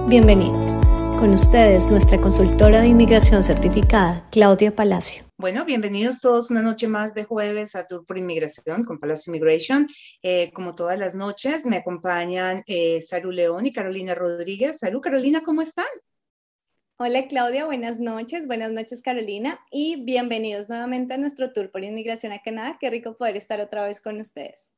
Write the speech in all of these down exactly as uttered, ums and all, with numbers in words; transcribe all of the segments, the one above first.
Bienvenidos. Con ustedes, nuestra consultora de inmigración certificada, Claudia Palacio. Bueno, bienvenidos todos una noche más de jueves a Tour por Inmigración con Palacio Immigration. Eh, como todas las noches, me acompañan eh, Saru León y Carolina Rodríguez. Saru, Carolina, ¿cómo están? Hola Claudia, buenas noches, buenas noches Carolina y bienvenidos nuevamente a nuestro Tour por Inmigración a Canadá. Qué rico poder estar otra vez con ustedes.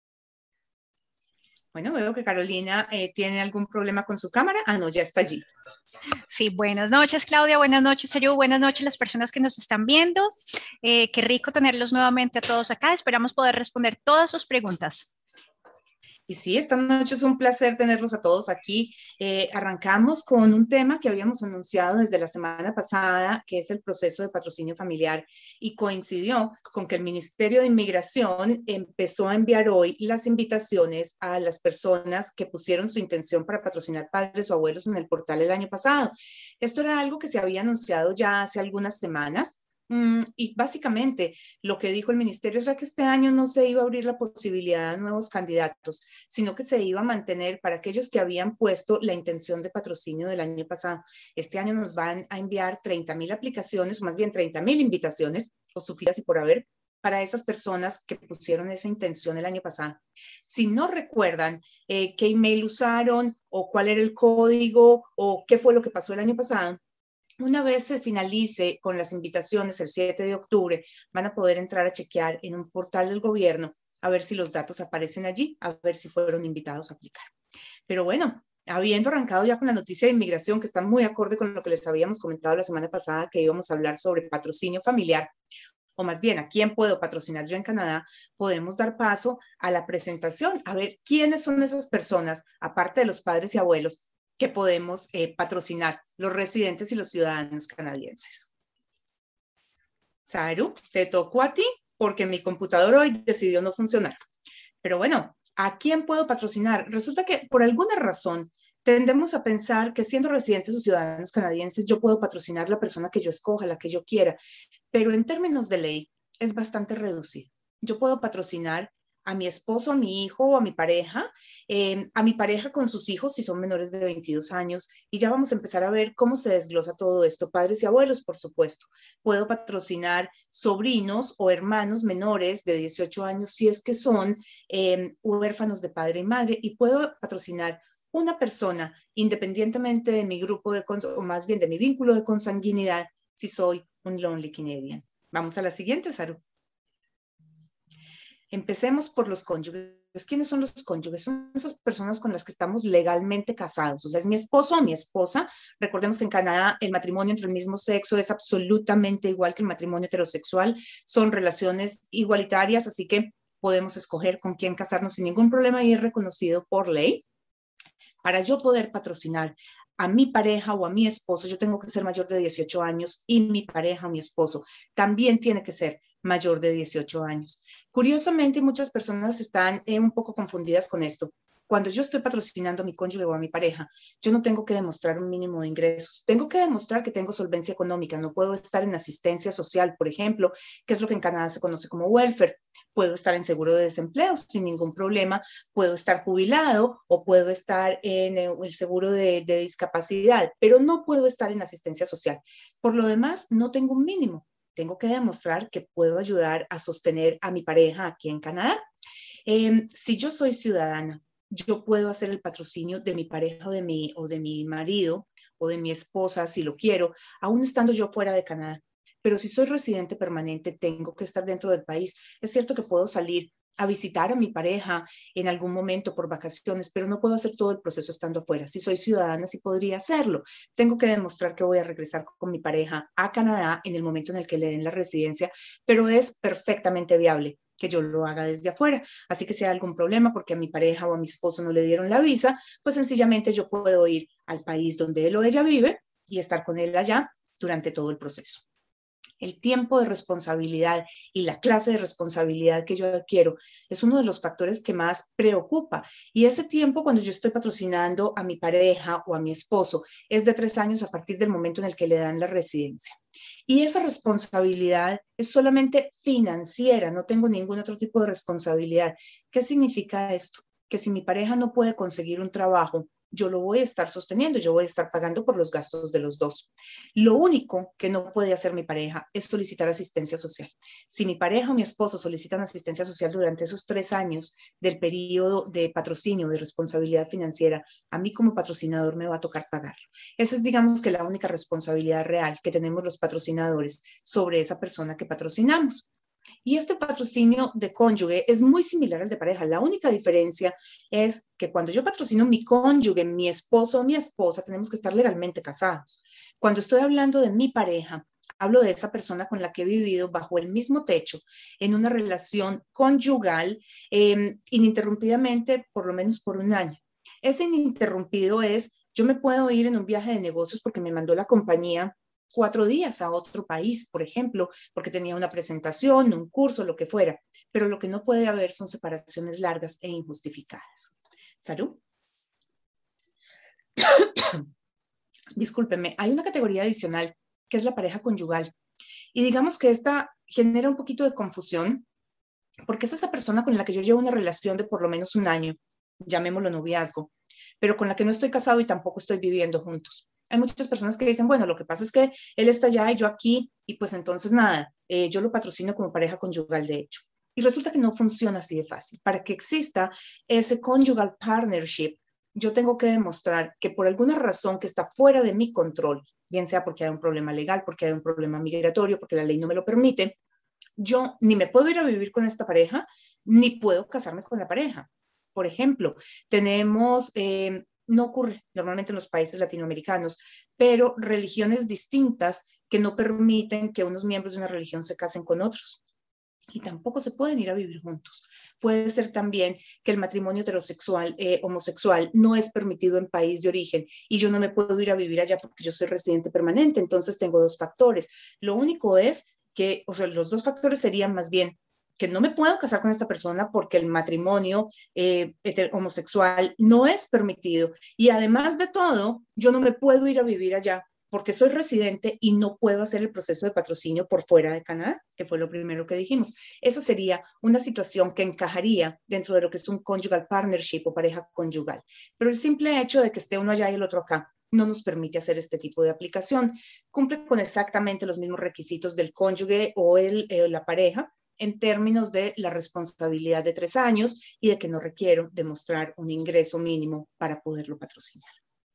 Bueno, veo que Carolina eh, tiene algún problema con su cámara. Ah, no, ya está allí. Sí, buenas noches Claudia, buenas noches Saru, buenas noches las personas que nos están viendo. Eh, qué rico tenerlos nuevamente a todos acá. Esperamos poder responder todas sus preguntas. Y sí, esta noche es un placer tenerlos a todos aquí. Eh, arrancamos con un tema que habíamos anunciado desde la semana pasada, que es el proceso de patrocinio familiar, y coincidió con que el Ministerio de Inmigración empezó a enviar hoy las invitaciones a las personas que pusieron su intención para patrocinar padres o abuelos en el portal el año pasado. Esto era algo que se había anunciado ya hace algunas semanas. Mm, y básicamente lo que dijo el ministerio era que este año no se iba a abrir la posibilidad de nuevos candidatos, sino que se iba a mantener para aquellos que habían puesto la intención de patrocinio del año pasado. Este año nos van a enviar treinta mil aplicaciones, más bien treinta mil invitaciones, o suficientes y por haber, para esas personas que pusieron esa intención el año pasado. Si no recuerdan eh, qué email usaron o cuál era el código o qué fue lo que pasó el año pasado, una vez se finalice con las invitaciones el siete de octubre, van a poder entrar a chequear en un portal del gobierno a ver si los datos aparecen allí, a ver si fueron invitados a aplicar. Pero bueno, habiendo arrancado ya con la noticia de inmigración, que está muy acorde con lo que les habíamos comentado la semana pasada, que íbamos a hablar sobre patrocinio familiar, o más bien, ¿a quién puedo patrocinar yo en Canadá? Podemos dar paso a la presentación, a ver quiénes son esas personas, aparte de los padres y abuelos, que podemos eh, patrocinar, los residentes y los ciudadanos canadienses. Saru, te tocó a ti porque mi computador hoy decidió no funcionar. Pero bueno, ¿a quién puedo patrocinar? Resulta que por alguna razón tendemos a pensar que siendo residentes o ciudadanos canadienses yo puedo patrocinar la persona que yo escoja, la que yo quiera, pero en términos de ley es bastante reducido. Yo puedo patrocinar a mi esposo, a mi hijo o a mi pareja, eh, a mi pareja con sus hijos si son menores de veintidós años, y ya vamos a empezar a ver cómo se desglosa todo esto, padres y abuelos, por supuesto. Puedo patrocinar sobrinos o hermanos menores de dieciocho años si es que son eh, huérfanos de padre y madre, y puedo patrocinar una persona independientemente de mi grupo de, o más bien de mi vínculo de consanguinidad, si soy un Lonely Canadian. Vamos a la siguiente, Saru. Empecemos por los cónyuges. ¿Quiénes son los cónyuges? Son esas personas con las que estamos legalmente casados. O sea, es mi esposo o mi esposa. Recordemos que en Canadá el matrimonio entre el mismo sexo es absolutamente igual que el matrimonio heterosexual. Son relaciones igualitarias, así que podemos escoger con quién casarnos sin ningún problema y es reconocido por ley. Para yo poder patrocinar a mi pareja o a mi esposo, yo tengo que ser mayor de dieciocho años y mi pareja o mi esposo también tiene que ser mayor de dieciocho años. Curiosamente, muchas personas están eh, un poco confundidas con esto. Cuando yo estoy patrocinando a mi cónyuge o a mi pareja, yo no tengo que demostrar un mínimo de ingresos. Tengo que demostrar que tengo solvencia económica. No puedo estar en asistencia social, por ejemplo, que es lo que en Canadá se conoce como welfare. Puedo estar en seguro de desempleo sin ningún problema. Puedo estar jubilado o puedo estar en el seguro de, de discapacidad, pero no puedo estar en asistencia social. Por lo demás, no tengo un mínimo. Tengo que demostrar que puedo ayudar a sostener a mi pareja aquí en Canadá. Eh, si yo soy ciudadana, yo puedo hacer el patrocinio de mi pareja o de mi, o de mi marido o de mi esposa, si lo quiero, aún estando yo fuera de Canadá. Pero si soy residente permanente, tengo que estar dentro del país. Es cierto que puedo salir a visitar a mi pareja en algún momento por vacaciones, pero no puedo hacer todo el proceso estando afuera. Si soy ciudadana, sí podría hacerlo. Tengo que demostrar que voy a regresar con mi pareja a Canadá en el momento en el que le den la residencia, pero es perfectamente viable que yo lo haga desde afuera. Así que si hay algún problema porque a mi pareja o a mi esposo no le dieron la visa, pues sencillamente yo puedo ir al país donde él o ella vive y estar con él allá durante todo el proceso. El tiempo de responsabilidad y la clase de responsabilidad que yo adquiero es uno de los factores que más preocupa. Y ese tiempo, cuando yo estoy patrocinando a mi pareja o a mi esposo, es de tres años a partir del momento en el que le dan la residencia. Y esa responsabilidad es solamente financiera, no tengo ningún otro tipo de responsabilidad. ¿Qué significa esto? que si mi pareja no puede conseguir un trabajo, yo lo voy a estar sosteniendo, yo voy a estar pagando por los gastos de los dos. Lo único que no puede hacer mi pareja es solicitar asistencia social. Si mi pareja o mi esposo solicitan asistencia social durante esos tres años del periodo de patrocinio, de responsabilidad financiera, a mí como patrocinador me va a tocar pagarlo. Esa es, digamos, que la única responsabilidad real que tenemos los patrocinadores sobre esa persona que patrocinamos. Y este patrocinio de cónyuge es muy similar al de pareja. La única diferencia es que cuando yo patrocino mi cónyuge, mi esposo o mi esposa, tenemos que estar legalmente casados. Cuando estoy hablando de mi pareja, hablo de esa persona con la que he vivido bajo el mismo techo, en una relación conyugal, eh, ininterrumpidamente, por lo menos por un año. Ese ininterrumpido es, yo me puedo ir en un viaje de negocios porque me mandó la compañía cuatro días a otro país, por ejemplo, porque tenía una presentación, un curso, lo que fuera. Pero lo que no puede haber son separaciones largas e injustificadas. ¿Salud? Discúlpeme, hay una categoría adicional que es la pareja conyugal. Y digamos que esta genera un poquito de confusión porque es esa persona con la que yo llevo una relación de por lo menos un año, llamémoslo noviazgo, pero con la que no estoy casado y tampoco estoy viviendo juntos. Hay muchas personas que dicen, bueno, lo que pasa es que él está allá y yo aquí, y pues entonces nada, eh, yo lo patrocino como pareja conyugal de hecho. Y resulta que no funciona así de fácil. Para que exista ese conjugal partnership, yo tengo que demostrar que por alguna razón que está fuera de mi control, bien sea porque hay un problema legal, porque hay un problema migratorio, porque la ley no me lo permite, yo ni me puedo ir a vivir con esta pareja, ni puedo casarme con la pareja. Por ejemplo, tenemos... Eh, No ocurre normalmente en los países latinoamericanos, pero religiones distintas que no permiten que unos miembros de una religión se casen con otros. Y tampoco se pueden ir a vivir juntos. Puede ser también que el matrimonio heterosexual, eh, homosexual, no es permitido en país de origen y yo no me puedo ir a vivir allá porque yo soy residente permanente, entonces tengo dos factores. Lo único es que, o sea, los dos factores serían más bien que no me puedo casar con esta persona porque el matrimonio eh, homosexual no es permitido. Y además de todo, yo no me puedo ir a vivir allá porque soy residente y no puedo hacer el proceso de patrocinio por fuera de Canadá, que fue lo primero que dijimos. Esa sería una situación que encajaría dentro de lo que es un conjugal partnership o pareja conyugal. Pero el simple hecho de que esté uno allá y el otro acá no nos permite hacer este tipo de aplicación. Cumple con exactamente los mismos requisitos del cónyuge o el, eh, la pareja, en términos de la responsabilidad de tres años y de que no requiero demostrar un ingreso mínimo para poderlo patrocinar.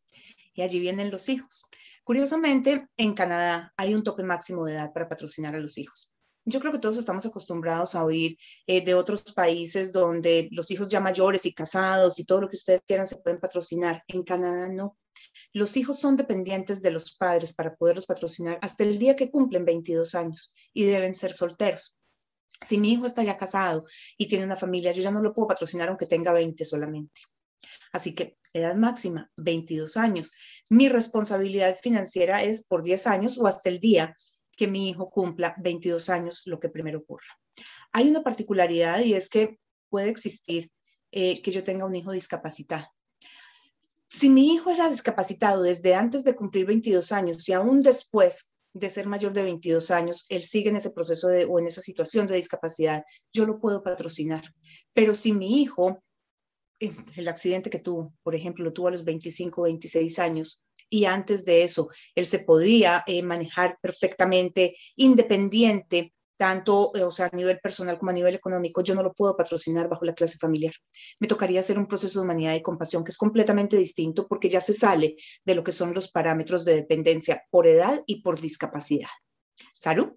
Y allí vienen los hijos. Curiosamente, en Canadá hay un tope máximo de edad para patrocinar a los hijos. Yo creo que todos estamos acostumbrados a oír eh, de otros países donde los hijos ya mayores y casados y todo lo que ustedes quieran se pueden patrocinar. En Canadá no. Los hijos son dependientes de los padres para poderlos patrocinar hasta el día que cumplen veintidós años y deben ser solteros. Si mi hijo está ya casado y tiene una familia, yo ya no lo puedo patrocinar aunque tenga veinte solamente. Así que edad máxima, veintidós años. Mi responsabilidad financiera es por diez años o hasta el día que mi hijo cumpla veintidós años, lo que primero ocurra. Hay una particularidad y es que puede existir eh, que yo tenga un hijo discapacitado. Si mi hijo era discapacitado desde antes de cumplir veintidós años y aún después de ser mayor de veintidós años, él sigue en ese proceso de, o en esa situación de discapacidad, yo lo puedo patrocinar. Pero si mi hijo, el accidente que tuvo, por ejemplo, lo tuvo a los veinticinco, veintiséis años, y antes de eso, él se podía eh, manejar perfectamente independiente, tanto eh, o sea, a nivel personal como a nivel económico, yo no lo puedo patrocinar bajo la clase familiar. Me tocaría hacer un proceso de humanidad y compasión que es completamente distinto porque ya se sale de lo que son los parámetros de dependencia por edad y por discapacidad. ¿Salud?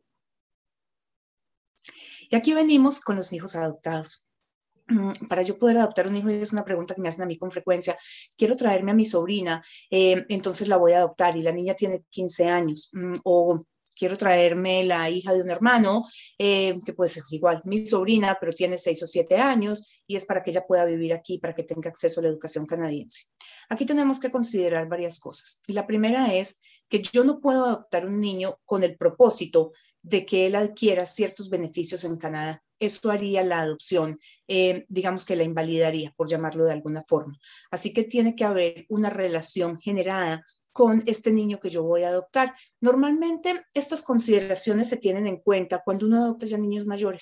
Y aquí venimos con los hijos adoptados. Para yo poder adoptar un hijo, y es una pregunta que me hacen a mí con frecuencia, quiero traerme a mi sobrina, eh, entonces la voy a adoptar y la niña tiene quince años, o quiero traerme la hija de un hermano, eh, que puede ser igual mi sobrina, pero tiene seis o siete años y es para que ella pueda vivir aquí, para que tenga acceso a la educación canadiense. Aquí tenemos que considerar varias cosas. Y la primera es que yo no puedo adoptar un niño con el propósito de que él adquiera ciertos beneficios en Canadá. Esto haría la adopción, eh, digamos que la invalidaría, por llamarlo de alguna forma. Así que tiene que haber una relación generada con este niño que yo voy a adoptar. Normalmente estas consideraciones se tienen en cuenta cuando uno adopta ya niños mayores,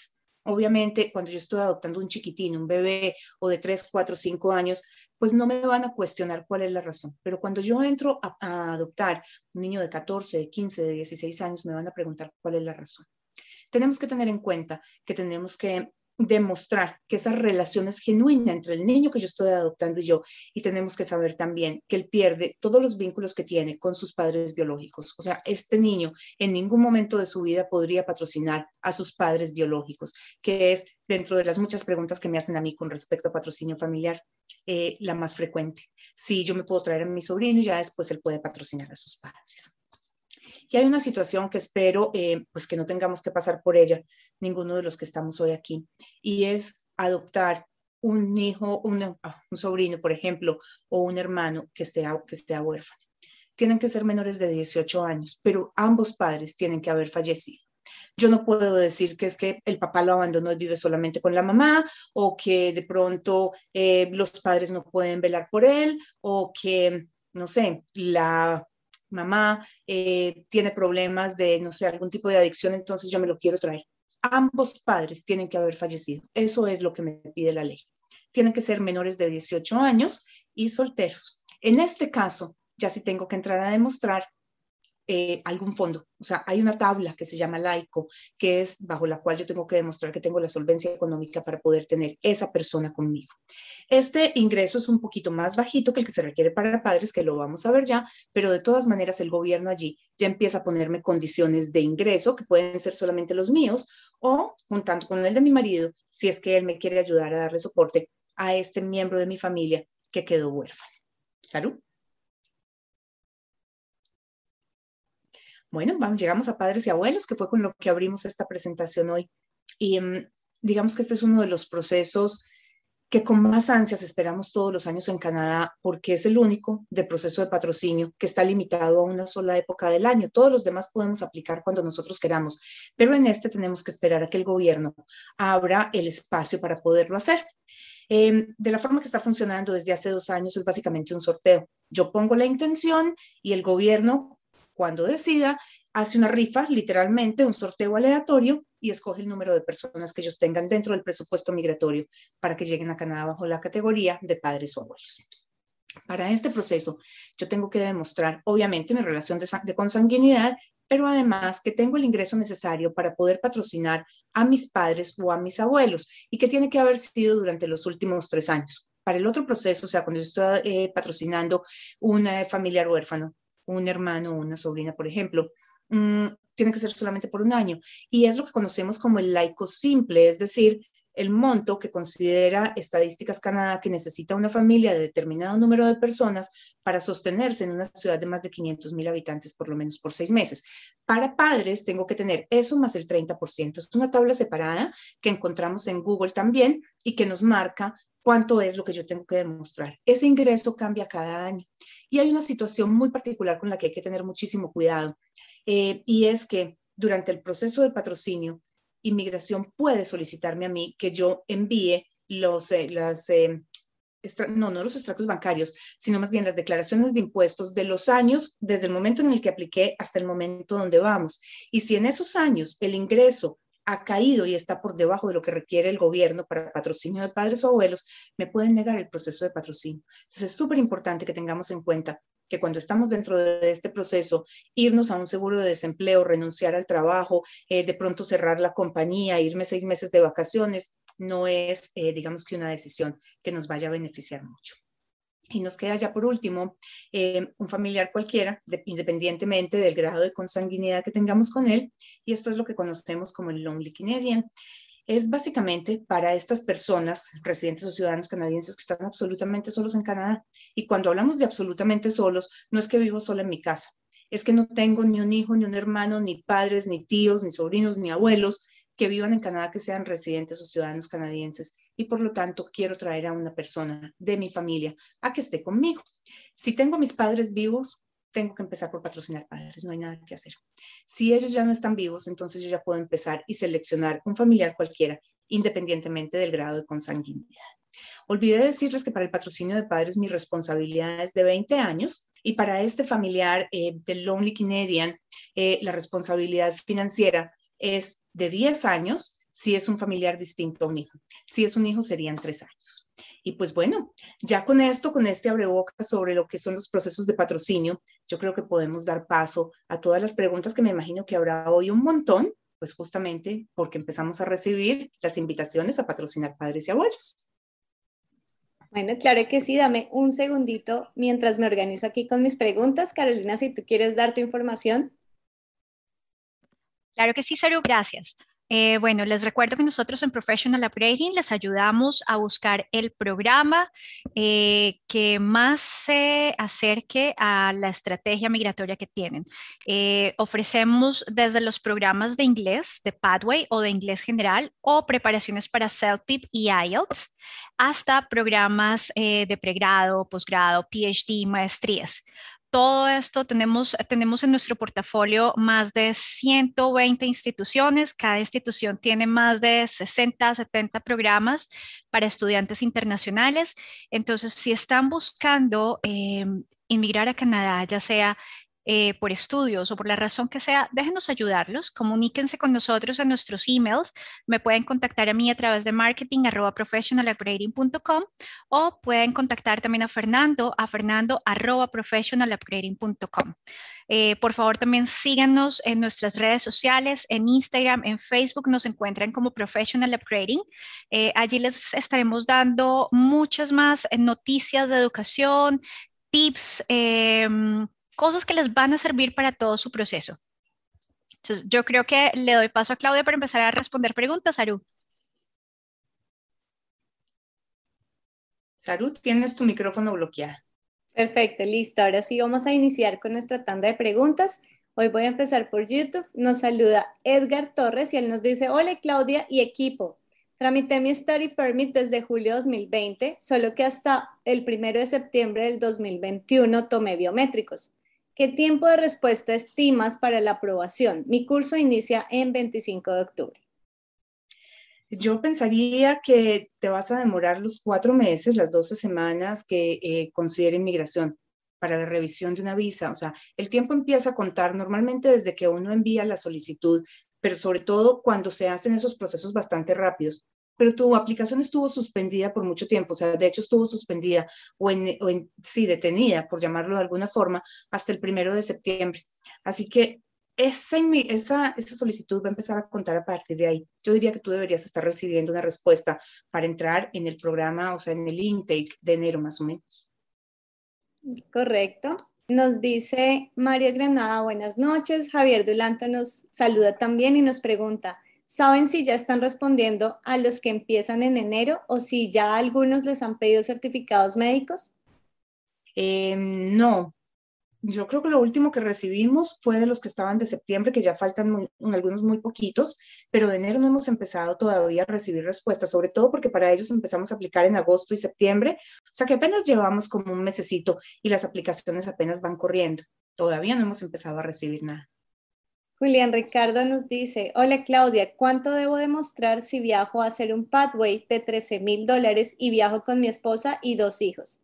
Obviamente, cuando yo estoy adoptando un chiquitín, un bebé o de tres, cuatro, cinco años, pues no me van a cuestionar cuál es la razón. Pero cuando yo entro a, a adoptar un niño de catorce, de quince, de dieciséis años, me van a preguntar cuál es la razón. Tenemos que tener en cuenta que tenemos que demostrar que esa relación es genuina entre el niño que yo estoy adoptando y yo, y tenemos que saber también que él pierde todos los vínculos que tiene con sus padres biológicos. O sea, este niño en ningún momento de su vida podría patrocinar a sus padres biológicos, que es dentro de las muchas preguntas que me hacen a mí con respecto a patrocinio familiar, eh, la más frecuente. Si yo me puedo traer a mi sobrino y ya después él puede patrocinar a sus padres. Y hay una situación que espero eh, pues que no tengamos que pasar por ella, ninguno de los que estamos hoy aquí, y es adoptar un hijo, una, un sobrino, por ejemplo, o un hermano que esté, que esté huérfano. Tienen que ser menores de dieciocho años, pero ambos padres tienen que haber fallecido. Yo no puedo decir que es que el papá lo abandonó y vive solamente con la mamá, o que de pronto eh, los padres no pueden velar por él, o que, no sé, la mamá eh, tiene problemas de, no sé, algún tipo de adicción, entonces yo me lo quiero traer. Ambos padres tienen que haber fallecido. Eso es lo que me pide la ley. Tienen que ser menores de dieciocho años y solteros. En este caso, ya sí tengo que entrar a demostrar Eh, algún fondo. O sea, hay una tabla que se llama laico, que es bajo la cual yo tengo que demostrar que tengo la solvencia económica para poder tener esa persona conmigo. Este ingreso es un poquito más bajito que el que se requiere para padres, que lo vamos a ver ya, pero de todas maneras el gobierno allí ya empieza a ponerme condiciones de ingreso que pueden ser solamente los míos o juntando con el de mi marido, si es que él me quiere ayudar a darle soporte a este miembro de mi familia que quedó huérfano. ¿Salud? Bueno, vamos, llegamos a padres y abuelos, que fue con lo que abrimos esta presentación hoy. Y um, digamos que este es uno de los procesos que con más ansias esperamos todos los años en Canadá, porque es el único de proceso de patrocinio que está limitado a una sola época del año. Todos los demás podemos aplicar cuando nosotros queramos, pero en este tenemos que esperar a que el gobierno abra el espacio para poderlo hacer. Eh, de la forma que está funcionando desde hace dos años es básicamente un sorteo. Yo pongo la intención y el gobierno, cuando decida, hace una rifa, literalmente un sorteo aleatorio, y escoge el número de personas que ellos tengan dentro del presupuesto migratorio para que lleguen a Canadá bajo la categoría de padres o abuelos. Para este proceso, yo tengo que demostrar, obviamente, mi relación de, de consanguinidad, pero además que tengo el ingreso necesario para poder patrocinar a mis padres o a mis abuelos, y que tiene que haber sido durante los últimos tres años. Para el otro proceso, o sea, cuando yo estoy eh, patrocinando un eh, familiar huérfano, un hermano o una sobrina, por ejemplo, mmm, tiene que ser solamente por un año. Y es lo que conocemos como el laico simple, es decir, el monto que considera Estadísticas Canadá que necesita una familia de determinado número de personas para sostenerse en una ciudad de más de quinientos mil habitantes por lo menos por seis meses. Para padres tengo que tener eso más el treinta por ciento. Es una tabla separada que encontramos en Google también y que nos marca cuánto es lo que yo tengo que demostrar. Ese ingreso cambia cada año. Y hay una situación muy particular con la que hay que tener muchísimo cuidado, eh, y es que durante el proceso de patrocinio, Inmigración puede solicitarme a mí que yo envíe los, eh, las, eh, extra, no, no los extractos bancarios, sino más bien las declaraciones de impuestos de los años desde el momento en el que apliqué hasta el momento donde vamos. Y si en esos años el ingreso ha caído y está por debajo de lo que requiere el gobierno para patrocinio de padres o abuelos, me pueden negar el proceso de patrocinio. Entonces es súper importante que tengamos en cuenta que cuando estamos dentro de este proceso, irnos a un seguro de desempleo, renunciar al trabajo, eh, de pronto cerrar la compañía, irme seis meses de vacaciones, no es, eh, digamos que una decisión que nos vaya a beneficiar mucho. Y nos queda ya por último eh, un familiar cualquiera, de, independientemente del grado de consanguinidad que tengamos con él, y esto es lo que conocemos como el Lonely Canadian. Es básicamente para estas personas, residentes o ciudadanos canadienses que están absolutamente solos en Canadá. Y cuando hablamos de absolutamente solos, no es que vivo sola en mi casa, es que no tengo ni un hijo, ni un hermano, ni padres, ni tíos, ni sobrinos, ni abuelos que vivan en Canadá que sean residentes o ciudadanos canadienses. Y por lo tanto, quiero traer a una persona de mi familia a que esté conmigo. Si tengo a mis padres vivos, tengo que empezar por patrocinar padres, no hay nada que hacer. Si ellos ya no están vivos, entonces yo ya puedo empezar y seleccionar un familiar cualquiera, independientemente del grado de consanguinidad. Olvidé decirles que para el patrocinio de padres mi responsabilidad es de veinte años y para este familiar eh, del Lonely Canadian eh, la responsabilidad financiera es de diez años si es un familiar distinto a un hijo. Si es un hijo, serían tres años. Y pues bueno, ya con esto, con este abrebocas sobre lo que son los procesos de patrocinio, yo creo que podemos dar paso a todas las preguntas que me imagino que habrá hoy un montón, pues justamente porque empezamos a recibir las invitaciones a patrocinar padres y abuelos. Bueno, claro que sí, dame un segundito mientras me organizo aquí con mis preguntas. Carolina, si tú quieres dar tu información. Claro que sí, Saru, gracias. Eh, bueno, les recuerdo que nosotros en Professional Upgrading les ayudamos a buscar el programa eh, que más se acerque a la estrategia migratoria que tienen. Eh, ofrecemos desde los programas de inglés, de Pathway o de inglés general, o preparaciones para CELPIP y I E L T S, hasta programas eh, de pregrado, posgrado, P H D, maestrías. Todo esto tenemos, tenemos en nuestro portafolio más de ciento veinte instituciones. Cada institución tiene más de sesenta, setenta programas para estudiantes internacionales. Entonces, si están buscando eh, inmigrar a Canadá, ya sea eh, por estudios o por la razón que sea, déjenos ayudarlos. Comuníquense con nosotros en nuestros emails. Me pueden contactar a mí a través de marketing arroba professional upgrading punto com o pueden contactar también a Fernando a fernando arroba professional upgrading punto com. Eh, por favor, también síganos en nuestras redes sociales, en Instagram, en Facebook, nos encuentran como Professional Upgrading. Eh, allí les estaremos dando muchas más eh, noticias de educación, tips, eh, cosas que les van a servir para todo su proceso. Entonces, yo creo que le doy paso a Claudia para empezar a responder preguntas, Saru. Saru, tienes tu micrófono bloqueado. Perfecto, listo. Ahora sí vamos a iniciar con nuestra tanda de preguntas. Hoy voy a empezar por YouTube. Nos saluda Edgar Torres y él nos dice: hola Claudia y equipo. Tramité mi Study Permit desde julio de dos mil veinte, solo que hasta el primero de septiembre del dos mil veintiuno tomé biométricos. ¿Qué tiempo de respuesta estimas para la aprobación? Mi curso inicia en veinticinco de octubre. Yo pensaría que te vas a demorar los cuatro meses, las doce semanas que eh, considere inmigración para la revisión de una visa. O sea, el tiempo empieza a contar normalmente desde que uno envía la solicitud, pero sobre todo cuando se hacen esos procesos bastante rápidos. Pero tu aplicación estuvo suspendida por mucho tiempo, o sea, de hecho estuvo suspendida o, en, o en, sí, detenida, por llamarlo de alguna forma, hasta el primero de septiembre. Así que esa, esa, esa solicitud va a empezar a contar a partir de ahí. Yo diría que tú deberías estar recibiendo una respuesta para entrar en el programa, o sea, en el intake de enero más o menos. Correcto. Nos dice María Granada, buenas noches. Javier Dulanto nos saluda también y nos pregunta: ¿saben si ya están respondiendo a los que empiezan en enero o si ya a algunos les han pedido certificados médicos? Eh, no, yo creo que lo último que recibimos fue de los que estaban de septiembre, que ya faltan muy, algunos muy poquitos, pero de enero no hemos empezado todavía a recibir respuestas, sobre todo porque para ellos empezamos a aplicar en agosto y septiembre, o sea que apenas llevamos como un mesecito y las aplicaciones apenas van corriendo. Todavía no hemos empezado a recibir nada. Julián Ricardo nos dice: hola Claudia, ¿cuánto debo demostrar si viajo a hacer un pathway de trece mil dólares y viajo con mi esposa y dos hijos?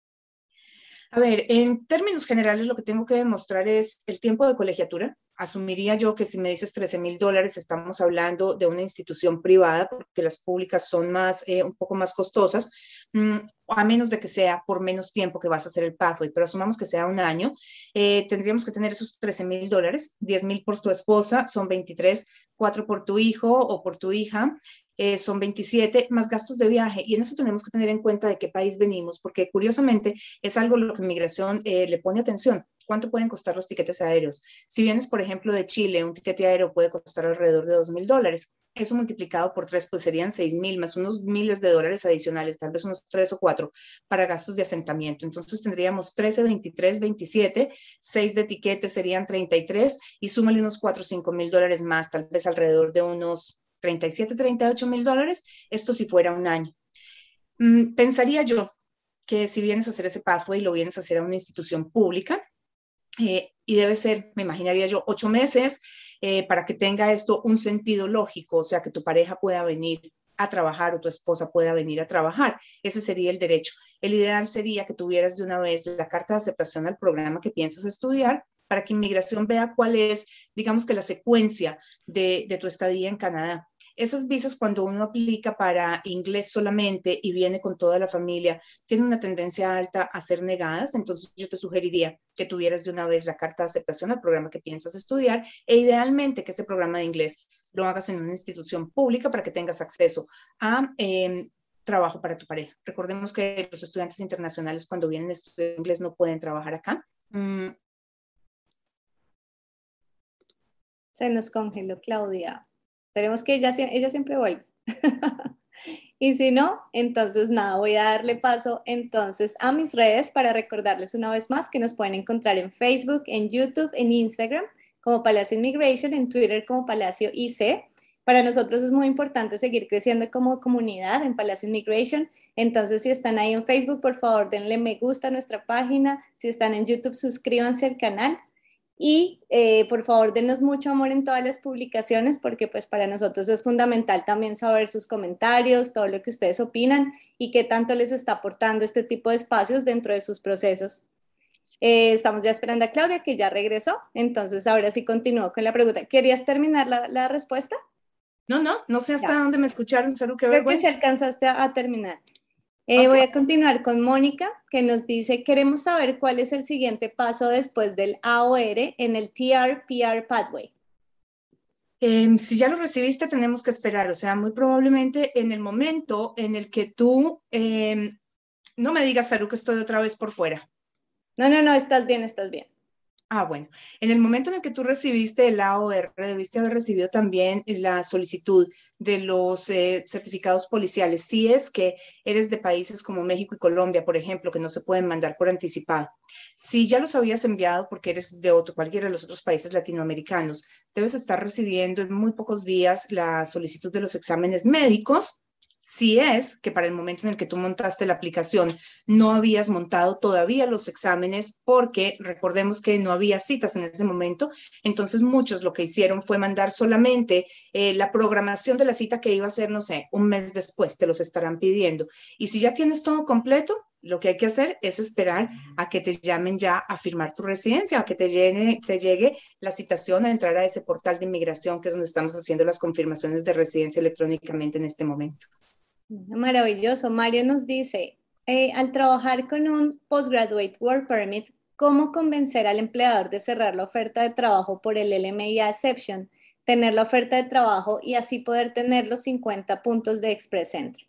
A ver, en términos generales lo que tengo que demostrar es el tiempo de colegiatura. Asumiría yo que si me dices trece mil dólares estamos hablando de una institución privada, porque las públicas son más, eh, un poco más costosas, mmm, a menos de que sea por menos tiempo que vas a hacer el pathway, pero asumamos que sea un año, eh, tendríamos que tener esos trece mil dólares, diez mil por tu esposa, son veintitrés, cuatro por tu hijo o por tu hija, Eh, son veintisiete, más gastos de viaje, y en eso tenemos que tener en cuenta de qué país venimos, porque curiosamente es algo lo que Inmigración eh, le pone atención. ¿Cuánto pueden costar los tiquetes aéreos? Si vienes, por ejemplo, de Chile, un tiquete aéreo puede costar alrededor de dos mil dólares. Eso multiplicado por tres, pues serían seis mil, más unos miles de dólares adicionales, tal vez unos tres o cuatro para gastos de asentamiento. Entonces tendríamos trece, veintitrés, veintisiete, seis de tiquetes serían treinta y tres, y súmale unos cuatro o cinco mil dólares más, tal vez alrededor de unos treinta y siete, treinta y ocho mil dólares, esto si fuera un año. Mm, pensaría yo que si vienes a hacer ese pathway, lo vienes a hacer a una institución pública, eh, y debe ser, me imaginaría yo, ocho meses eh, para que tenga esto un sentido lógico, o sea, que tu pareja pueda venir a trabajar o tu esposa pueda venir a trabajar. Ese sería el derecho. El ideal sería que tuvieras de una vez la carta de aceptación al programa que piensas estudiar, para que Inmigración vea cuál es, digamos que la secuencia de, de tu estadía en Canadá. Esas visas, cuando uno aplica para inglés solamente y viene con toda la familia, tienen una tendencia alta a ser negadas. Entonces yo te sugeriría que tuvieras de una vez la carta de aceptación al programa que piensas estudiar, e idealmente que ese programa de inglés lo hagas en una institución pública para que tengas acceso a eh, trabajo para tu pareja. Recordemos que los estudiantes internacionales, cuando vienen a estudiar inglés, no pueden trabajar acá. Mm. Se nos congeló Claudia. Esperemos que ella, ella siempre vuelva. Y si no, entonces nada, voy a darle paso entonces a mis redes para recordarles una vez más que nos pueden encontrar en Facebook, en YouTube, en Instagram como Palacio Immigration, en Twitter como Palacio I C. Para nosotros es muy importante seguir creciendo como comunidad en Palacio Immigration. Entonces, si están ahí en Facebook, por favor, denle me gusta a nuestra página. Si están en YouTube, suscríbanse al canal. Y eh, por favor, denos mucho amor en todas las publicaciones, porque pues para nosotros es fundamental también saber sus comentarios, todo lo que ustedes opinan y qué tanto les está aportando este tipo de espacios dentro de sus procesos. Eh, estamos ya esperando a Claudia, que ya regresó. Entonces, ahora sí continúo con la pregunta. ¿Querías terminar la, la respuesta? No, no, no sé hasta ya. dónde me escucharon, Saru, qué Creo vergüenza. que si alcanzaste a, a terminar. Eh, okay. Voy a continuar con Mónica, que nos dice, queremos saber cuál es el siguiente paso después del A O R en el T R P R Pathway. Eh, si ya lo recibiste, tenemos que esperar, o sea, muy probablemente en el momento en el que tú, eh, no me digas, Saru, que estoy otra vez por fuera. No, no, no, estás bien, estás bien. Ah, bueno, en el momento en el que tú recibiste el A O R, debiste haber recibido también la solicitud de los eh, certificados policiales, si es que eres de países como México y Colombia, por ejemplo, que no se pueden mandar por anticipado. Si ya los habías enviado porque eres de otro, cualquiera de los otros países latinoamericanos, debes estar recibiendo en muy pocos días la solicitud de los exámenes médicos. Si es que para el momento en el que tú montaste la aplicación no habías montado todavía los exámenes, porque recordemos que no había citas en ese momento, entonces muchos lo que hicieron fue mandar solamente eh, la programación de la cita que iba a ser, no sé, un mes después, te los estarán pidiendo. Y si ya tienes todo completo, lo que hay que hacer es esperar a que te llamen ya a firmar tu residencia, a que te llegue, te llegue la citación a entrar a ese portal de inmigración, que es donde estamos haciendo las confirmaciones de residencia electrónicamente en este momento. Maravilloso. Mario nos dice, eh, al trabajar con un Postgraduate Work Permit, ¿cómo convencer al empleador de cerrar la oferta de trabajo por el L M I A Exception, tener la oferta de trabajo y así poder tener los cincuenta puntos de Express Entry?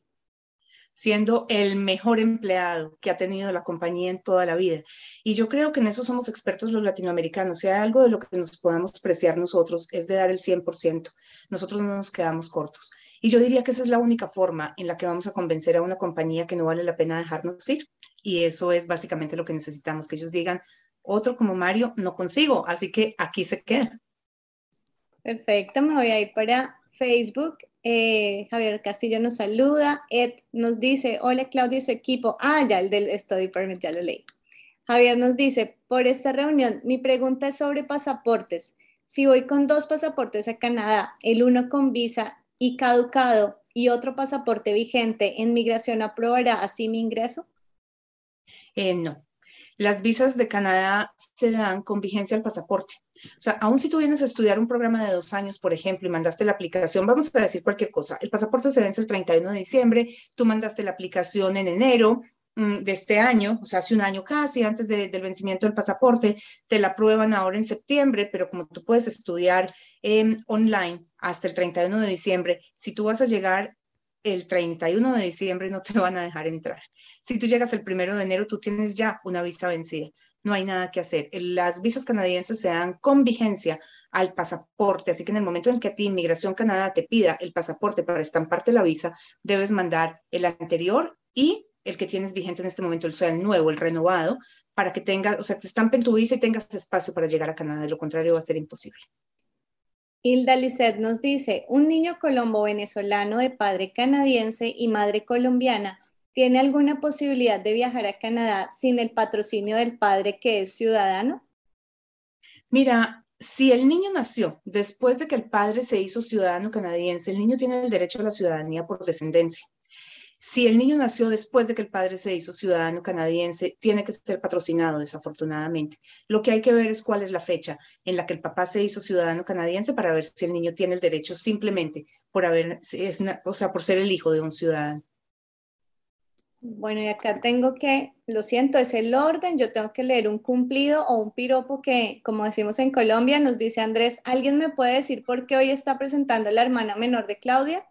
Siendo el mejor empleado que ha tenido la compañía en toda la vida. Y yo creo que en eso somos expertos los latinoamericanos. Si hay algo de lo que nos podamos preciar nosotros es de dar el cien por ciento. Nosotros no nos quedamos cortos. Y yo diría que esa es la única forma en la que vamos a convencer a una compañía que no vale la pena dejarnos ir. Y eso es básicamente lo que necesitamos, que ellos digan, otro como Mario no consigo, así que aquí se queda. Perfecto, me voy a ir para Facebook. Eh, Javier Castillo nos saluda. Ed nos dice, hola Claudia y su equipo. Ah, ya, el del Study Permit, ya lo leí. Javier nos dice, por esta reunión, mi pregunta es sobre pasaportes. Si voy con dos pasaportes a Canadá, el uno con visa y caducado y otro pasaporte vigente, ¿en migración aprobará así mi ingreso? Eh, no. Las visas de Canadá se dan con vigencia al pasaporte. O sea, aún si tú vienes a estudiar un programa de dos años, por ejemplo, y mandaste la aplicación, vamos a decir cualquier cosa, el pasaporte se vence el treinta y uno de diciembre, tú mandaste la aplicación en enero mmm, de este año, o sea, hace un año casi, antes de, del vencimiento del pasaporte, te la aprueban ahora en septiembre, pero como tú puedes estudiar eh, online hasta el treinta y uno de diciembre, si tú vas a llegar el treinta y uno de diciembre no te van a dejar entrar. Si tú llegas el primero de enero, tú tienes ya una visa vencida. No hay nada que hacer. Las visas canadienses se dan con vigencia al pasaporte, así que en el momento en el que a ti Inmigración Canadá te pida el pasaporte para estamparte la visa, debes mandar el anterior y el que tienes vigente en este momento, o sea, el nuevo, el renovado, para que tengas, o sea, te estampen tu visa y tengas espacio para llegar a Canadá. De lo contrario, va a ser imposible. Hilda Lisset nos dice, un niño colombo-venezolano de padre canadiense y madre colombiana, ¿tiene alguna posibilidad de viajar a Canadá sin el patrocinio del padre que es ciudadano? Mira, si el niño nació después de que el padre se hizo ciudadano canadiense, el niño tiene el derecho a la ciudadanía por descendencia. Si el niño nació después de que el padre se hizo ciudadano canadiense, tiene que ser patrocinado, desafortunadamente. Lo que hay que ver es cuál es la fecha en la que el papá se hizo ciudadano canadiense para ver si el niño tiene el derecho simplemente por haber, es, o sea, por ser el hijo de un ciudadano. Bueno, y acá tengo que, lo siento, es el orden, yo tengo que leer un cumplido o un piropo que, como decimos en Colombia, nos dice Andrés, ¿alguien me puede decir por qué hoy está presentando la hermana menor de Claudia?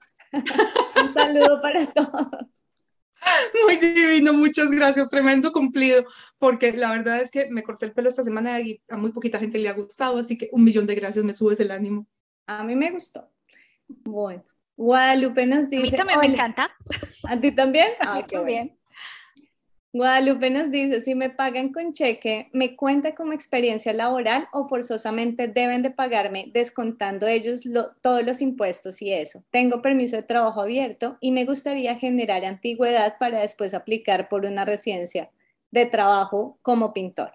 Un saludo para todos. Muy divino, muchas gracias, tremendo cumplido, porque la verdad es que me corté el pelo esta semana y a muy poquita gente le ha gustado, así que un millón de gracias, me subes el ánimo. A mí me gustó. Bueno, Guadalupe nos dice... A mí también me encanta. ¿A ti también? A mí ah, qué también. Bueno. Guadalupe nos dice, si me pagan con cheque, ¿me cuenta como experiencia laboral o forzosamente deben de pagarme descontando ellos lo, todos los impuestos y eso? Tengo permiso de trabajo abierto y me gustaría generar antigüedad para después aplicar por una residencia de trabajo como pintor.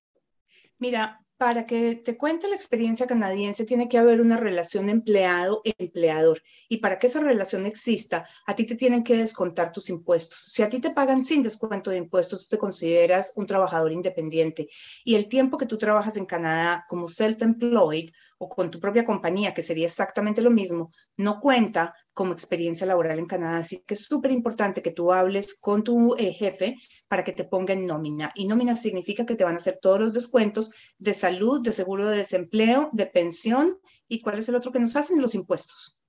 Mira, para que te cuente la experiencia canadiense tiene que haber una relación empleado-empleador y para que esa relación exista, a ti te tienen que descontar tus impuestos. Si a ti te pagan sin descuento de impuestos, tú te consideras un trabajador independiente y el tiempo que tú trabajas en Canadá como self-employed o con tu propia compañía, que sería exactamente lo mismo, no cuenta como experiencia laboral en Canadá. Así que es súper importante que tú hables con tu eh, jefe para que te ponga en nómina. Y nómina significa que te van a hacer todos los descuentos de salud, de seguro de desempleo, de pensión. ¿Y cuál es el otro que nos hacen? Los impuestos.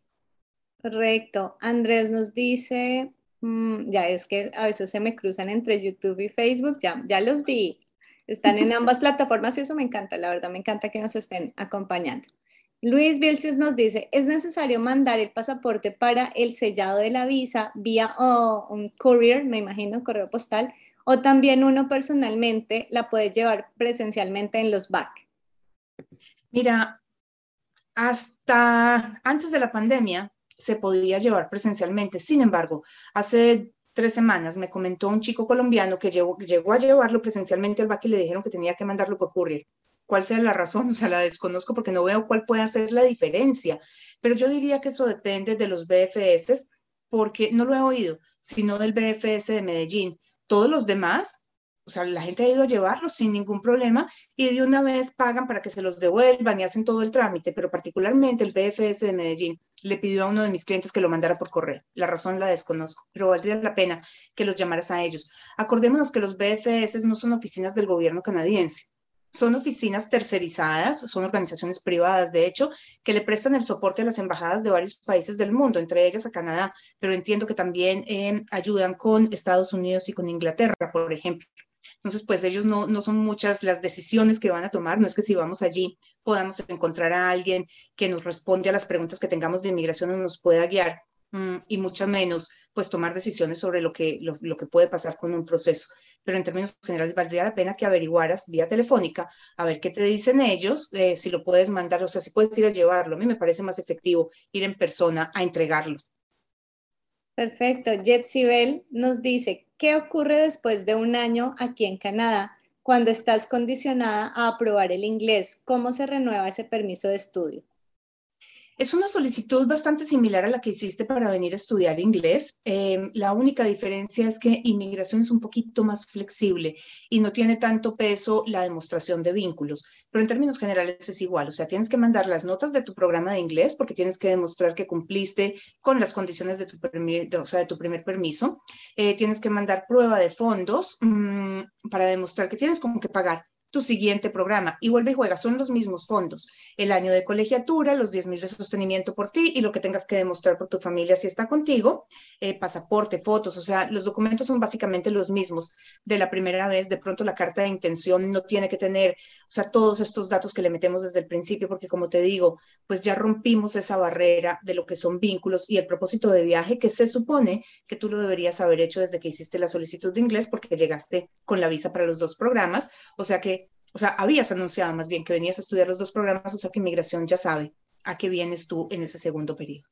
Correcto. Andrés nos dice, mmm, ya es que a veces se me cruzan entre YouTube y Facebook, ya, ya los vi. Están en ambas plataformas y eso me encanta, la verdad me encanta que nos estén acompañando. Luis Vilches nos dice, ¿es necesario mandar el pasaporte para el sellado de la visa vía oh, un courier, me imagino, correo postal, o también uno personalmente la puede llevar presencialmente en los B A C? Mira, hasta antes de la pandemia se podía llevar presencialmente. Sin embargo, hace tres semanas me comentó un chico colombiano que llegó, llegó a llevarlo presencialmente al B A C y le dijeron que tenía que mandarlo por courier. ¿Cuál sea la razón? O sea, la desconozco porque no veo cuál puede hacer la diferencia. Pero yo diría que eso depende de los B F S, porque no lo he oído, sino del B F S de Medellín. Todos los demás, o sea, la gente ha ido a llevarlos sin ningún problema y de una vez pagan para que se los devuelvan y hacen todo el trámite, pero particularmente el B F S de Medellín le pidió a uno de mis clientes que lo mandara por correo. La razón la desconozco, pero valdría la pena que los llamaras a ellos. Acordémonos que los B F S no son oficinas del gobierno canadiense. Son oficinas tercerizadas, son organizaciones privadas, de hecho, que le prestan el soporte a las embajadas de varios países del mundo, entre ellas a Canadá, pero entiendo que también eh, ayudan con Estados Unidos y con Inglaterra, por ejemplo. Entonces, pues ellos no, no son muchas las decisiones que van a tomar, no es que si vamos allí podamos encontrar a alguien que nos responde a las preguntas que tengamos de inmigración o nos pueda guiar, mmm, y mucho menos pues tomar decisiones sobre lo que, lo, lo que puede pasar con un proceso. Pero en términos generales valdría la pena que averiguaras vía telefónica a ver qué te dicen ellos, eh, si lo puedes mandar, o sea, si puedes ir a llevarlo. A mí me parece más efectivo ir en persona a entregarlo. Perfecto. Jetsibel nos dice, ¿qué ocurre después de un año aquí en Canadá cuando estás condicionada a aprobar el inglés? ¿Cómo se renueva ese permiso de estudio? Es una solicitud bastante similar a la que hiciste para venir a estudiar inglés. Eh, la única diferencia es que inmigración es un poquito más flexible y no tiene tanto peso la demostración de vínculos, pero en términos generales es igual. O sea, tienes que mandar las notas de tu programa de inglés porque tienes que demostrar que cumpliste con las condiciones de tu primer, de, o sea, de tu primer permiso. Eh, tienes que mandar prueba de fondos mmm, para demostrar que tienes como que pagar tu siguiente programa y vuelve y juega, son los mismos fondos, el año de colegiatura, los diez mil de sostenimiento por ti y lo que tengas que demostrar por tu familia si está contigo, eh, pasaporte, fotos, o sea, los documentos son básicamente los mismos de la primera vez. De pronto la carta de intención no tiene que tener, o sea, todos estos datos que le metemos desde el principio, porque como te digo, pues ya rompimos esa barrera de lo que son vínculos y el propósito de viaje que se supone que tú lo deberías haber hecho desde que hiciste la solicitud de inglés porque llegaste con la visa para los dos programas, o sea que O sea, habías anunciado más bien que venías a estudiar los dos programas, o sea que Inmigración ya sabe a qué vienes tú en ese segundo periodo.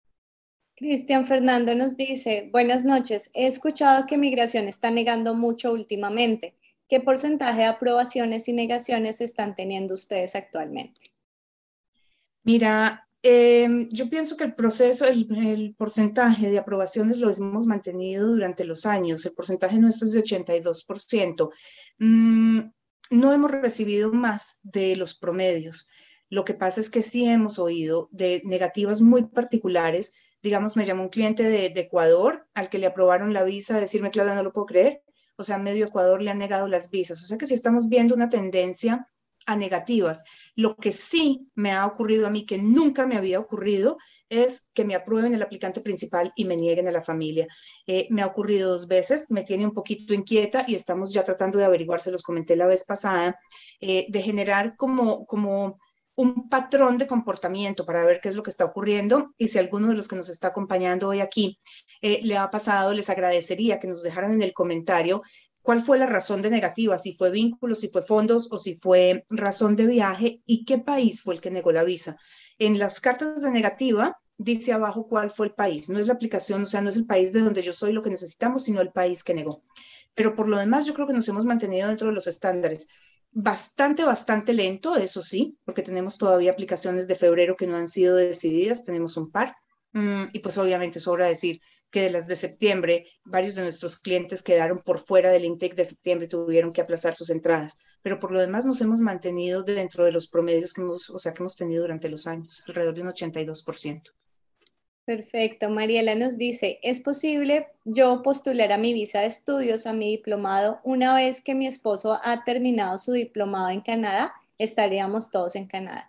Cristian Fernando nos dice, buenas noches, he escuchado que Migración está negando mucho últimamente. ¿Qué porcentaje de aprobaciones y negaciones están teniendo ustedes actualmente? Mira, Eh, yo pienso que el proceso, el, el porcentaje de aprobaciones lo hemos mantenido durante los años. El porcentaje nuestro es de ochenta y dos por ciento. Mm, no hemos recibido más de los promedios. Lo que pasa es que sí hemos oído de negativas muy particulares. Digamos, me llamó un cliente de, de Ecuador al que le aprobaron la visa, decirme, Claudia, no lo puedo creer. O sea, medio Ecuador le han negado las visas. O sea que sí estamos viendo una tendencia a negativas. Lo que sí me ha ocurrido a mí, que nunca me había ocurrido, es que me aprueben el aplicante principal y me nieguen a la familia. Eh, me ha ocurrido dos veces, me tiene un poquito inquieta y estamos ya tratando de averiguar, se los comenté la vez pasada, eh, de generar como, como un patrón de comportamiento para ver qué es lo que está ocurriendo y si alguno de los que nos está acompañando hoy aquí eh, le ha pasado, les agradecería que nos dejaran en el comentario cuál fue la razón de negativa, si fue vínculos, si fue fondos o si fue razón de viaje y qué país fue el que negó la visa. En las cartas de negativa dice abajo cuál fue el país, no es la aplicación, o sea, no es el país de donde yo soy lo que necesitamos, sino el país que negó. Pero por lo demás yo creo que nos hemos mantenido dentro de los estándares. Bastante, bastante lento, eso sí, porque tenemos todavía aplicaciones de febrero que no han sido decididas, tenemos un par. Mm, y pues obviamente sobra decir que de las de septiembre, varios de nuestros clientes quedaron por fuera del intake de septiembre y tuvieron que aplazar sus entradas. Pero por lo demás nos hemos mantenido dentro de los promedios que hemos, o sea, que hemos tenido durante los años, alrededor de un ochenta y dos por ciento. Perfecto. Mariela nos dice, ¿es posible yo postular a mi visa de estudios, a mi diplomado, una vez que mi esposo ha terminado su diplomado en Canadá? Estaríamos todos en Canadá.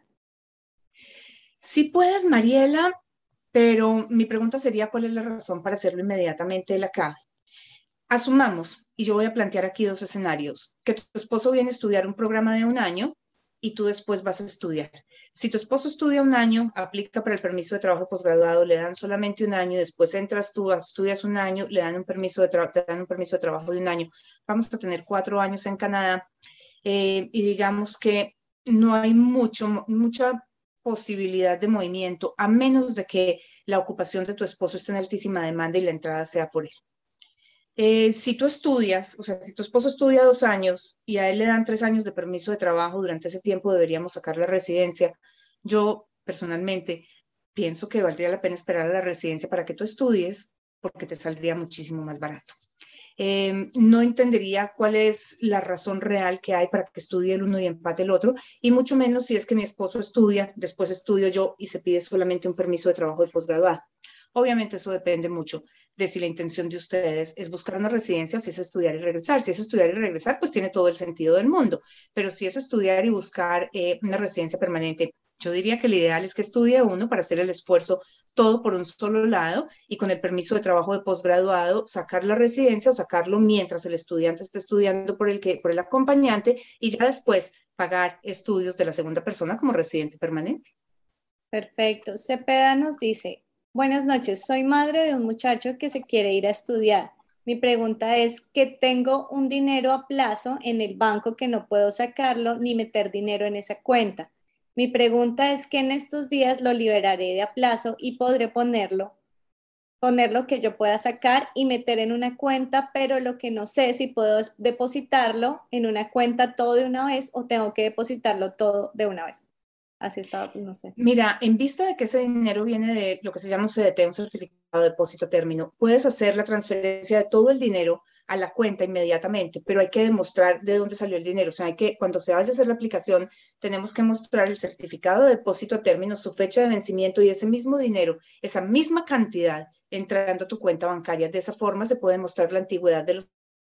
Sí puedes, Mariela, pero mi pregunta sería, ¿cuál es la razón para hacerlo inmediatamente él acá? Asumamos, y yo voy a plantear aquí dos escenarios, que tu esposo viene a estudiar un programa de un año y tú después vas a estudiar. Si tu esposo estudia un año, aplica para el permiso de trabajo posgraduado, le dan solamente un año, después entras tú, estudias un año, le dan un permiso de, te dan un permiso de trabajo de un año. Vamos a tener cuatro años en Canadá eh, y digamos que no hay mucho, mucha posibilidad de movimiento, a menos de que la ocupación de tu esposo esté en altísima demanda y la entrada sea por él. Eh, si tú estudias, o sea, si tu esposo estudia dos años y a él le dan tres años de permiso de trabajo, durante ese tiempo deberíamos sacar la residencia. Yo personalmente pienso que valdría la pena esperar a la residencia para que tú estudies, porque te saldría muchísimo más barato. Eh, no entendería cuál es la razón real que hay para que estudie el uno y empate el otro, y mucho menos si es que mi esposo estudia, después estudio yo y se pide solamente un permiso de trabajo de posgraduado. Obviamente eso depende mucho de si la intención de ustedes es buscar una residencia o si es estudiar y regresar. Si es estudiar y regresar, pues tiene todo el sentido del mundo. Pero si es estudiar y buscar eh, una residencia permanente, yo diría que lo ideal es que estudie uno para hacer el esfuerzo todo por un solo lado y con el permiso de trabajo de posgraduado sacar la residencia o sacarlo mientras el estudiante esté estudiando por el, que, por el acompañante y ya después pagar estudios de la segunda persona como residente permanente. Perfecto. Cepeda nos dice, buenas noches, soy madre de un muchacho que se quiere ir a estudiar. Mi pregunta es que tengo un dinero a plazo en el banco que no puedo sacarlo ni meter dinero en esa cuenta. Mi pregunta es que en estos días lo liberaré de a plazo y podré ponerlo, ponerlo que yo pueda sacar y meter en una cuenta, pero lo que no sé si puedo es depositarlo en una cuenta todo de una vez o tengo que depositarlo todo de una vez. Así estaba, pues no sé. Mira, en vista de que ese dinero viene de lo que se llama un C D T, un certificado de depósito término, puedes hacer la transferencia de todo el dinero a la cuenta inmediatamente, pero hay que demostrar de dónde salió el dinero. O sea, hay que, cuando se vaya a hacer la aplicación, tenemos que mostrar el certificado de depósito a término, su fecha de vencimiento y ese mismo dinero, esa misma cantidad entrando a tu cuenta bancaria. De esa forma se puede mostrar la antigüedad de los...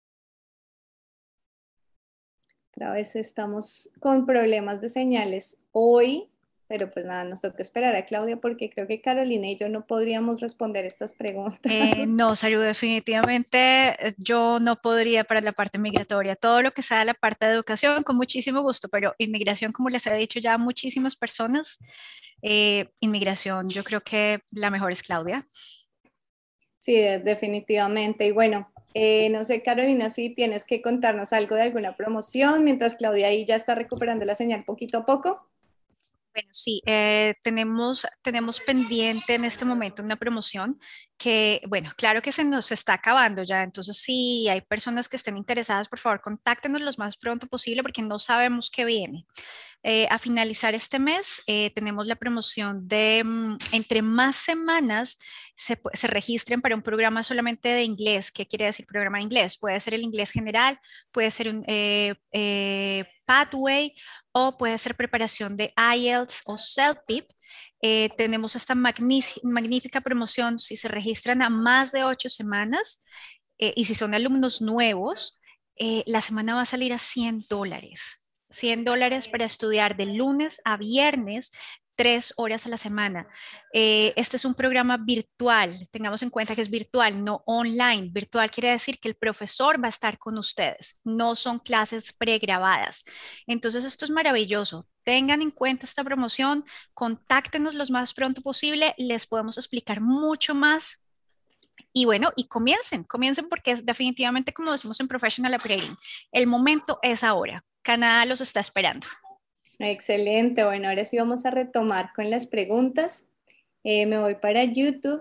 Otra vez estamos con problemas de señales hoy, pero pues nada, nos toca esperar a Claudia porque creo que Carolina y yo no podríamos responder estas preguntas. Eh, no, Saru, definitivamente eh, yo no podría para la parte migratoria. Todo lo que sea la parte de educación, con muchísimo gusto, pero inmigración, como les he dicho ya a muchísimas personas, eh, inmigración, yo creo que la mejor es Claudia. Sí, definitivamente. Y bueno, eh, no sé, Carolina, si tienes que contarnos algo de alguna promoción, mientras Claudia ahí ya está recuperando la señal poquito a poco. Bueno, sí, eh, tenemos, tenemos pendiente en este momento una promoción que, bueno, claro que se nos está acabando ya, entonces si hay personas que estén interesadas, por favor, contáctenos lo más pronto posible porque no sabemos qué viene. Eh, a finalizar este mes eh, tenemos la promoción de mm, entre más semanas se, se registren para un programa solamente de inglés. ¿Qué quiere decir programa de inglés? Puede ser el inglés general, puede ser un eh, eh, Pathway o puede ser preparación de I E L T S o CELPIP. Eh, tenemos esta magnífica promoción si se registran a más de ocho semanas eh, y si son alumnos nuevos, eh, la semana va a salir a cien dólares. cien dólares para estudiar de lunes a viernes, tres horas a la semana. Eh, este es un programa virtual, tengamos en cuenta que es virtual, no online. Virtual quiere decir que el profesor va a estar con ustedes, no son clases pregrabadas. Entonces esto es maravilloso. Tengan en cuenta esta promoción, contáctenos lo más pronto posible, les podemos explicar mucho más. Y bueno, y comiencen, comiencen porque es definitivamente como decimos en Professional Upgrading, el momento es ahora. Canadá los está esperando. Excelente. Bueno, ahora sí vamos a retomar con las preguntas. Eh, me voy para YouTube.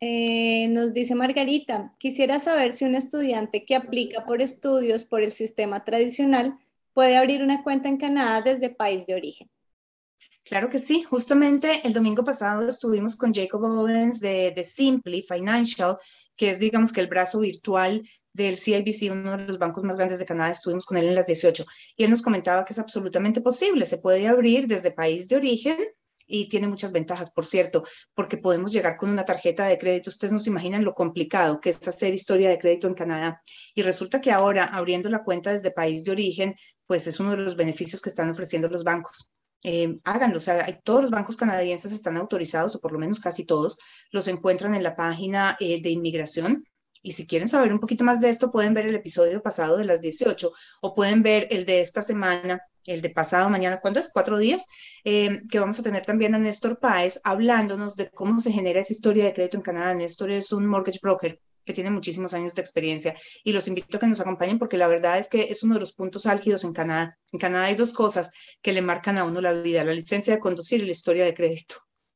Eh, nos dice Margarita, quisiera saber si un estudiante que aplica por estudios por el sistema tradicional puede abrir una cuenta en Canadá desde país de origen. Claro que sí, justamente el domingo pasado estuvimos con Jacob Owens de, de Simply Financial, que es digamos que el brazo virtual del C I B C, uno de los bancos más grandes de Canadá. Estuvimos con él en las dieciocho y él nos comentaba que es absolutamente posible, se puede abrir desde país de origen y tiene muchas ventajas, por cierto, porque podemos llegar con una tarjeta de crédito. Ustedes no se imaginan lo complicado que es hacer historia de crédito en Canadá. Y resulta que ahora, abriendo la cuenta desde país de origen, pues es uno de los beneficios que están ofreciendo los bancos. Eh, háganlo, o sea, hay, todos los bancos canadienses están autorizados, o por lo menos casi todos, los encuentran en la página eh, de inmigración. Y si quieren saber un poquito más de esto, pueden ver el episodio pasado de las dieciocho o pueden ver el de esta semana, el de pasado mañana, ¿cuándo es? Cuatro días, eh, que vamos a tener también a Néstor Páez hablándonos de cómo se genera esa historia de crédito en Canadá. Néstor es un mortgage broker que tiene muchísimos años de experiencia y los invito a que nos acompañen porque la verdad es que es uno de los puntos álgidos en Canadá. En Canadá hay dos cosas que le marcan a uno la vida, la licencia de conducir y la historia de crédito.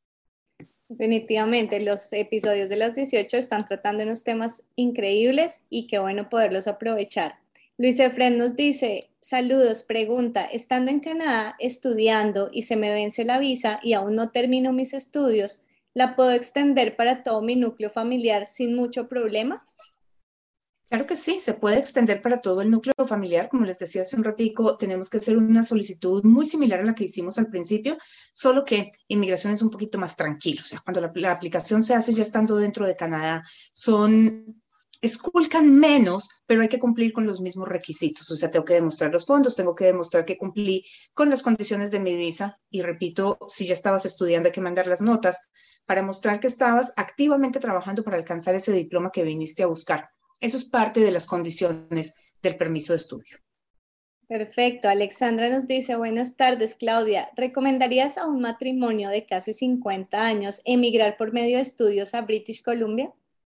Definitivamente, los episodios de las dieciocho están tratando unos temas increíbles y qué bueno poderlos aprovechar. Luis Efren nos dice, saludos, pregunta, estando en Canadá estudiando y se me vence la visa y aún no termino mis estudios, ¿la puedo extender para todo mi núcleo familiar sin mucho problema? Claro que sí, se puede extender para todo el núcleo familiar. Como les decía hace un ratico, tenemos que hacer una solicitud muy similar a la que hicimos al principio, solo que inmigración es un poquito más tranquilo. O sea, cuando la, la aplicación se hace ya estando dentro de Canadá, son, esculcan menos, pero hay que cumplir con los mismos requisitos. O sea, tengo que demostrar los fondos, tengo que demostrar que cumplí con las condiciones de mi visa. Y repito, si ya estabas estudiando, hay que mandar las notas para mostrar que estabas activamente trabajando para alcanzar ese diploma que viniste a buscar. Eso es parte de las condiciones del permiso de estudio. Perfecto. Alexandra nos dice, buenas tardes, Claudia. ¿Recomendarías a un matrimonio de casi cincuenta años emigrar por medio de estudios a British Columbia?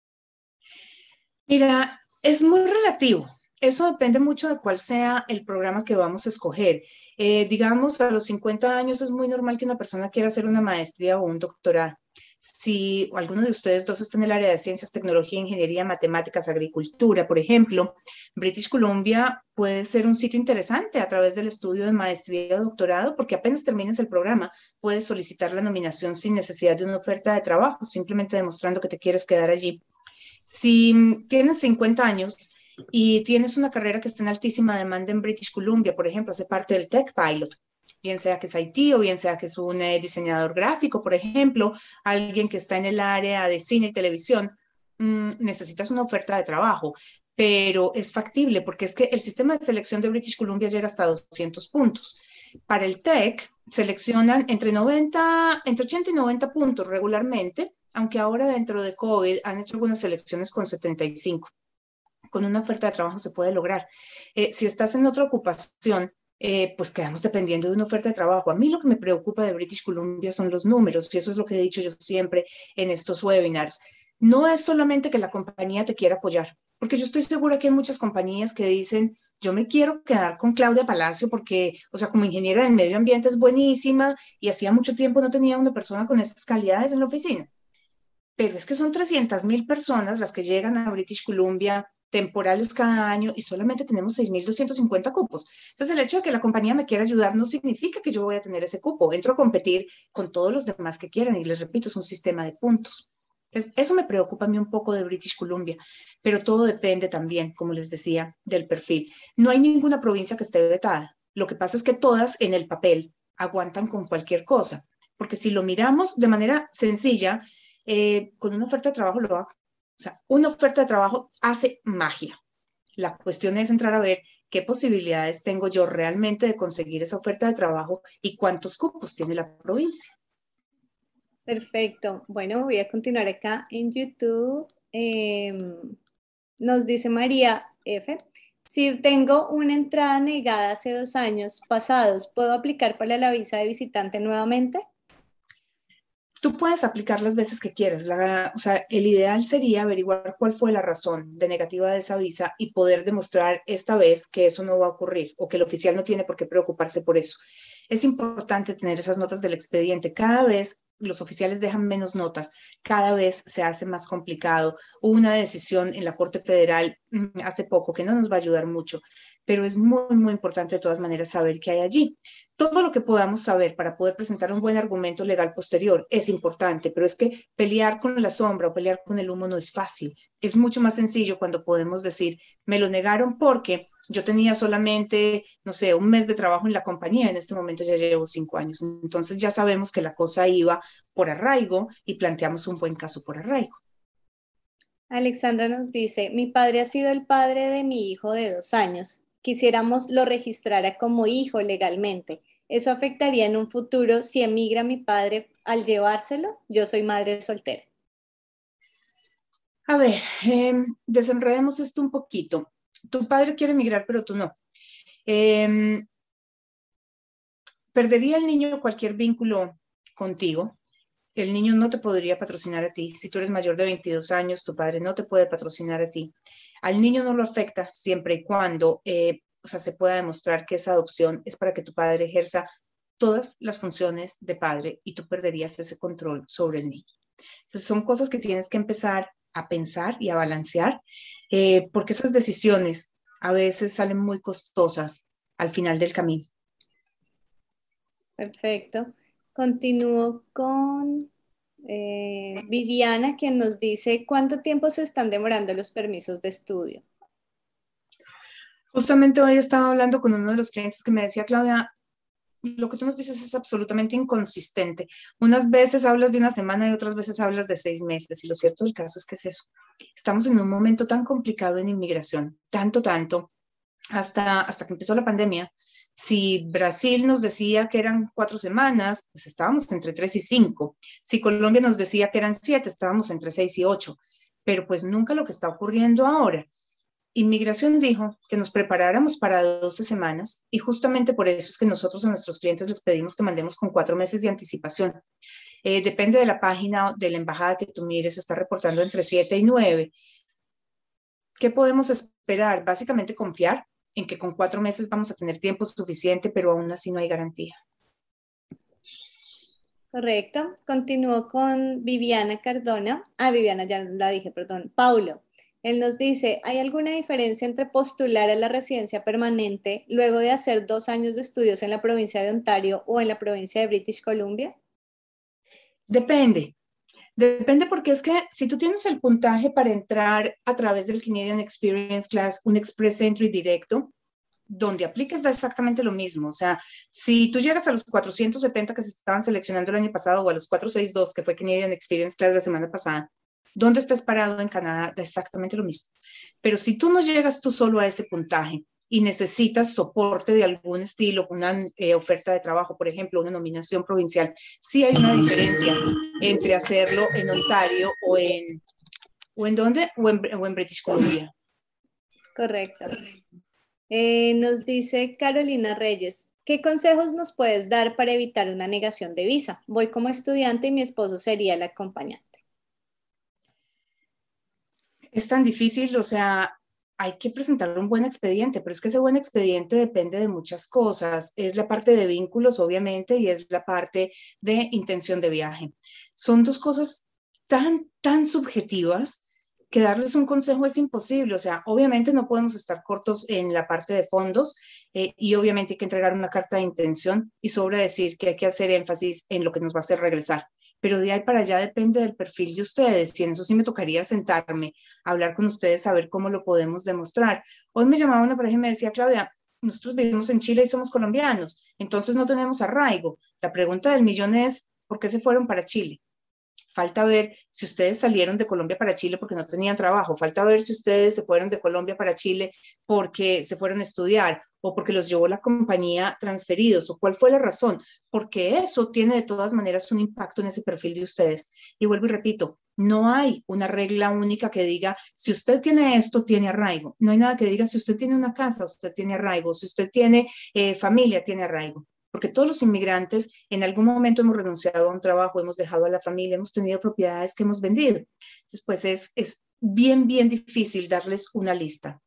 Mira, es muy relativo. Eso depende mucho de cuál sea el programa que vamos a escoger. Eh, digamos, a los cincuenta años es muy normal que una persona quiera hacer una maestría o un doctorado. Si alguno de ustedes dos está en el área de ciencias, tecnología, ingeniería, matemáticas, agricultura, por ejemplo, British Columbia puede ser un sitio interesante a través del estudio de maestría o doctorado, porque apenas termines el programa, puedes solicitar la nominación sin necesidad de una oferta de trabajo, simplemente demostrando que te quieres quedar allí. Si tienes cincuenta años y tienes una carrera que está en altísima demanda en British Columbia, por ejemplo, hace parte del Tech Pilot, bien sea que es I T o bien sea que es un eh, diseñador gráfico, por ejemplo, alguien que está en el área de cine y televisión, mmm, necesitas una oferta de trabajo, pero es factible porque es que el sistema de selección de British Columbia llega hasta doscientos puntos. Para el Tech seleccionan entre, noventa, entre ochenta y noventa puntos regularmente, aunque ahora dentro de COVID han hecho algunas selecciones con setenta y cinco. Con una oferta de trabajo se puede lograr. Eh, si estás en otra ocupación, Eh, pues quedamos dependiendo de una oferta de trabajo. A mí lo que me preocupa de British Columbia son los números, y eso es lo que he dicho yo siempre en estos webinars. No es solamente que la compañía te quiera apoyar, porque yo estoy segura que hay muchas compañías que dicen, yo me quiero quedar con Claudia Palacio porque, o sea, como ingeniera del medio ambiente es buenísima y hacía mucho tiempo no tenía una persona con estas calidades en la oficina. pero es que son trescientas mil personas las que llegan a British Columbia temporales cada año y solamente tenemos seis mil doscientos cincuenta cupos. Entonces, el hecho de que la compañía me quiera ayudar no significa que yo voy a tener ese cupo. Entro a competir con todos los demás que quieran y les repito, es un sistema de puntos. Entonces, eso me preocupa a mí un poco de British Columbia, pero todo depende también, como les decía, del perfil. No hay ninguna provincia que esté vetada. Lo que pasa es que todas en el papel aguantan con cualquier cosa, porque si lo miramos de manera sencilla, eh, con una oferta de trabajo lo hago. O sea, una oferta de trabajo hace magia. La cuestión es entrar a ver qué posibilidades tengo yo realmente de conseguir esa oferta de trabajo y cuántos cupos tiene la provincia. Perfecto. Bueno, voy a continuar acá en YouTube. Eh, nos dice María F. Si tengo una entrada negada hace dos años pasados, ¿puedo aplicar para la visa de visitante nuevamente? Tú puedes aplicar las veces que quieras. La, o sea, el ideal sería averiguar cuál fue la razón de negativa de esa visa y poder demostrar esta vez que eso no va a ocurrir o que el oficial no tiene por qué preocuparse por eso. Es importante tener esas notas del expediente. Cada vez los oficiales dejan menos notas, cada vez se hace más complicado. Hubo una decisión en la Corte Federal hace poco que no nos va a ayudar mucho, pero es muy, muy importante de todas maneras saber qué hay allí. Todo lo que podamos saber para poder presentar un buen argumento legal posterior es importante, pero es que pelear con la sombra o pelear con el humo no es fácil. Es mucho más sencillo cuando podemos decir, me lo negaron porque yo tenía solamente, no sé, un mes de trabajo en la compañía, en este momento ya llevo cinco años. Entonces ya sabemos que la cosa iba por arraigo y planteamos un buen caso por arraigo. Alexandra nos dice, mi padre ha sido el padre de mi hijo de dos años. Quisiéramos lo registrara como hijo legalmente. ¿Eso afectaría en un futuro si emigra mi padre al llevárselo? Yo soy madre soltera. A ver, eh, desenredemos esto un poquito. Tu padre quiere emigrar, pero tú no. Eh, ¿Perdería el niño cualquier vínculo contigo? El niño no te podría patrocinar a ti. Si tú eres mayor de veintidós años, tu padre no te puede patrocinar a ti. Al niño no lo afecta siempre y cuando eh, o sea, se pueda demostrar que esa adopción es para que tu padre ejerza todas las funciones de padre y tú perderías ese control sobre el niño. Entonces son cosas que tienes que empezar a pensar y a balancear, eh, porque esas decisiones a veces salen muy costosas al final del camino. Perfecto. Continúo con eh, Viviana, quien nos dice cuánto tiempo se están demorando los permisos de estudio. Justamente hoy estaba hablando con uno de los clientes que me decía, Claudia, lo que tú nos dices es absolutamente inconsistente. Unas veces hablas de una semana y otras veces hablas de seis meses. Y lo cierto del caso es que es eso. Estamos en un momento tan complicado en inmigración, tanto, tanto, hasta, hasta que empezó la pandemia. Si Brasil nos decía que eran cuatro semanas, pues estábamos entre tres y cinco. Si Colombia nos decía que eran siete, estábamos entre seis y ocho. Pero pues nunca lo que está ocurriendo ahora. Inmigración dijo que nos preparáramos para doce semanas y justamente por eso es que nosotros a nuestros clientes les pedimos que mandemos con cuatro meses de anticipación. Eh, depende de la página de la embajada que tú mires, está reportando entre siete y nueve. ¿Qué podemos esperar? Básicamente confiar en que con cuatro meses vamos a tener tiempo suficiente, pero aún así no hay garantía. Correcto. Continúo con Viviana Cardona. Ah, Viviana, ya la dije, perdón. Paulo. Él nos dice, ¿hay alguna diferencia entre postular a la residencia permanente luego de hacer dos años de estudios en la provincia de Ontario o en la provincia de British Columbia? Depende. Depende porque es que si tú tienes el puntaje para entrar a través del Canadian Experience Class, un Express Entry directo, donde apliques da exactamente lo mismo. O sea, si tú llegas a los cuatrocientos setenta que se estaban seleccionando el año pasado o a los cuatrocientos sesenta y dos que fue Canadian Experience Class la semana pasada, ¿dónde estás parado en Canadá? Da exactamente lo mismo. Pero si tú no llegas tú solo a ese puntaje y necesitas soporte de algún estilo, una eh, oferta de trabajo, por ejemplo, una nominación provincial, sí hay una diferencia entre hacerlo en Ontario o en, ¿o en dónde? O en, o en British Columbia. Correcto. Eh, nos dice Carolina Reyes, ¿qué consejos nos puedes dar para evitar una negación de visa? Voy como estudiante y mi esposo sería el acompañante. Es tan difícil, o sea, hay que presentar un buen expediente, pero es que ese buen expediente depende de muchas cosas. Es la parte de vínculos, obviamente, y es la parte de intención de viaje. Son dos cosas tan, tan subjetivas que darles un consejo es imposible. O sea, obviamente no podemos estar cortos en la parte de fondos eh, y obviamente hay que entregar una carta de intención y sobra decir que hay que hacer énfasis en lo que nos va a hacer regresar. Pero de ahí para allá depende del perfil de ustedes y en eso sí me tocaría sentarme, a hablar con ustedes, a ver cómo lo podemos demostrar. Hoy me llamaba una pareja y me decía, Claudia, nosotros vivimos en Chile y somos colombianos, entonces no tenemos arraigo. La pregunta del millón es, ¿por qué se fueron para Chile? Falta ver si ustedes salieron de Colombia para Chile porque no tenían trabajo. Falta ver si ustedes se fueron de Colombia para Chile porque se fueron a estudiar o porque los llevó la compañía transferidos o cuál fue la razón. Porque eso tiene de todas maneras un impacto en ese perfil de ustedes. Y vuelvo y repito, no hay una regla única que diga si usted tiene esto, tiene arraigo. No hay nada que diga si usted tiene una casa, usted tiene arraigo. Si usted tiene eh, familia, tiene arraigo. Porque todos los inmigrantes en algún momento hemos renunciado a un trabajo, hemos dejado a la familia, hemos tenido propiedades que hemos vendido. Entonces, pues es, es bien, bien difícil darles una lista.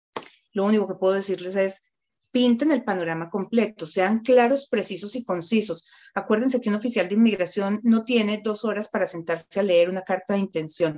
Lo único que puedo decirles es, pinten el panorama completo, sean claros, precisos y concisos. Acuérdense que un oficial de inmigración no tiene dos horas para sentarse a leer una carta de intención.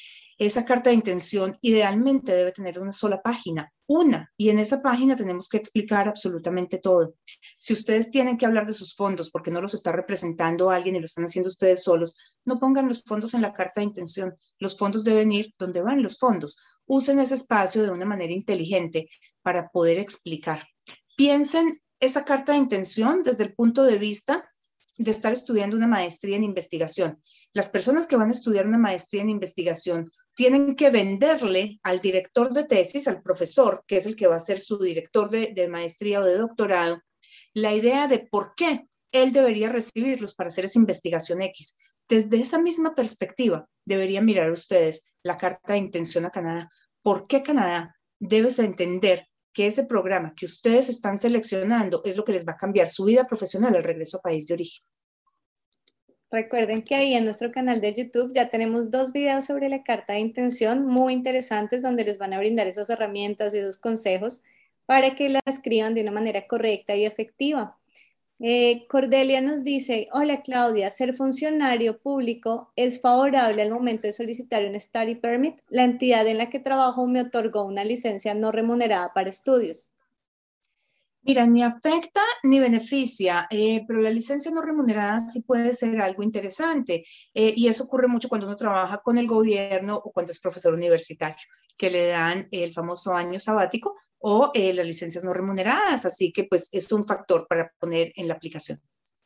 Esa carta de intención idealmente debe tener una sola página, una, y en esa página tenemos que explicar absolutamente todo. Si ustedes tienen que hablar de sus fondos porque no los está representando alguien y lo están haciendo ustedes solos, no pongan los fondos en la carta de intención. Los fondos deben ir donde van los fondos. Usen ese espacio de una manera inteligente para poder explicar. Piensen esa carta de intención desde el punto de vista de estar estudiando una maestría en investigación. Las personas que van a estudiar una maestría en investigación tienen que venderle al director de tesis, al profesor, que es el que va a ser su director de, de maestría o de doctorado, la idea de por qué él debería recibirlos para hacer esa investigación X. Desde esa misma perspectiva, deberían mirar ustedes la carta de intención a Canadá. ¿Por qué Canadá? Debes entender que ese programa que ustedes están seleccionando es lo que les va a cambiar su vida profesional al regreso a país de origen. Recuerden que ahí en nuestro canal de YouTube ya tenemos dos videos sobre la carta de intención muy interesantes donde les van a brindar esas herramientas y esos consejos para que la escriban de una manera correcta y efectiva. Eh, Cordelia nos dice, hola Claudia, ¿ser funcionario público es favorable al momento de solicitar un study permit? La entidad en la que trabajo me otorgó una licencia no remunerada para estudios. Mira, ni afecta ni beneficia, eh, pero la licencia no remunerada sí puede ser algo interesante eh, y eso ocurre mucho cuando uno trabaja con el gobierno o cuando es profesor universitario, que le dan el famoso año sabático o eh, las licencias no remuneradas, así que pues es un factor para poner en la aplicación.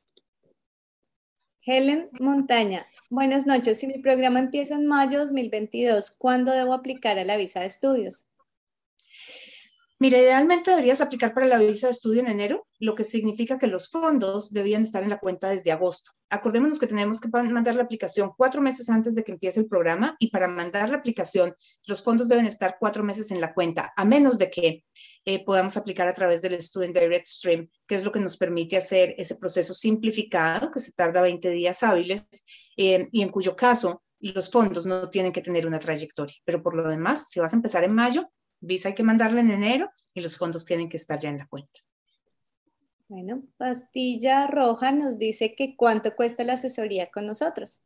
Helen Montaña, buenas noches. Si mi programa empieza en mayo de dos mil veintidós, ¿cuándo debo aplicar a la visa de estudios? Mira, idealmente deberías aplicar para la visa de estudio en enero, lo que significa que los fondos debían estar en la cuenta desde agosto. Acordémonos que tenemos que mandar la aplicación cuatro meses antes de que empiece el programa y para mandar la aplicación los fondos deben estar cuatro meses en la cuenta, a menos de que eh, podamos aplicar a través del Student Direct Stream, que es lo que nos permite hacer ese proceso simplificado que se tarda veinte días hábiles eh, y en cuyo caso los fondos no tienen que tener una trayectoria. Pero por lo demás, si vas a empezar en mayo, visa hay que mandarla en enero y los fondos tienen que estar ya en la cuenta. Bueno, Pastilla Roja nos dice que cuánto cuesta la asesoría con nosotros.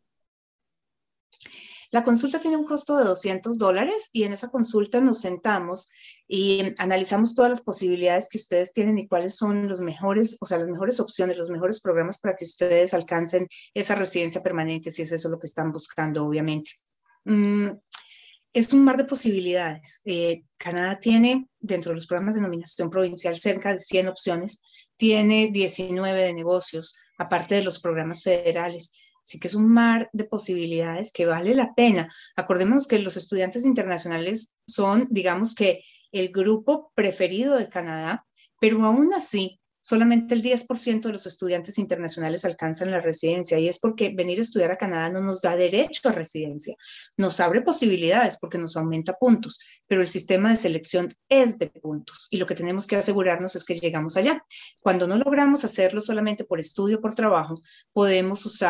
La consulta tiene un costo de doscientos dólares y en esa consulta nos sentamos y analizamos todas las posibilidades que ustedes tienen y cuáles son los mejores, o sea, las mejores opciones, los mejores programas para que ustedes alcancen esa residencia permanente, si es eso lo que están buscando, obviamente. Mm, Es un mar de posibilidades. Eh, Canadá tiene, dentro de los programas de nominación provincial, cerca de cien opciones. Tiene diecinueve de negocios, aparte de los programas federales. Así que es un mar de posibilidades que vale la pena. Acordémonos que los estudiantes internacionales son, digamos que, el grupo preferido de Canadá, pero aún así, solamente el diez por ciento de los estudiantes internacionales alcanzan la residencia y es porque venir a estudiar a Canadá no nos da derecho a residencia. Nos abre posibilidades porque nos aumenta puntos, pero el sistema de selección es de puntos y lo que tenemos que asegurarnos es que llegamos allá. Cuando no logramos hacerlo solamente por estudio o por trabajo, podemos usar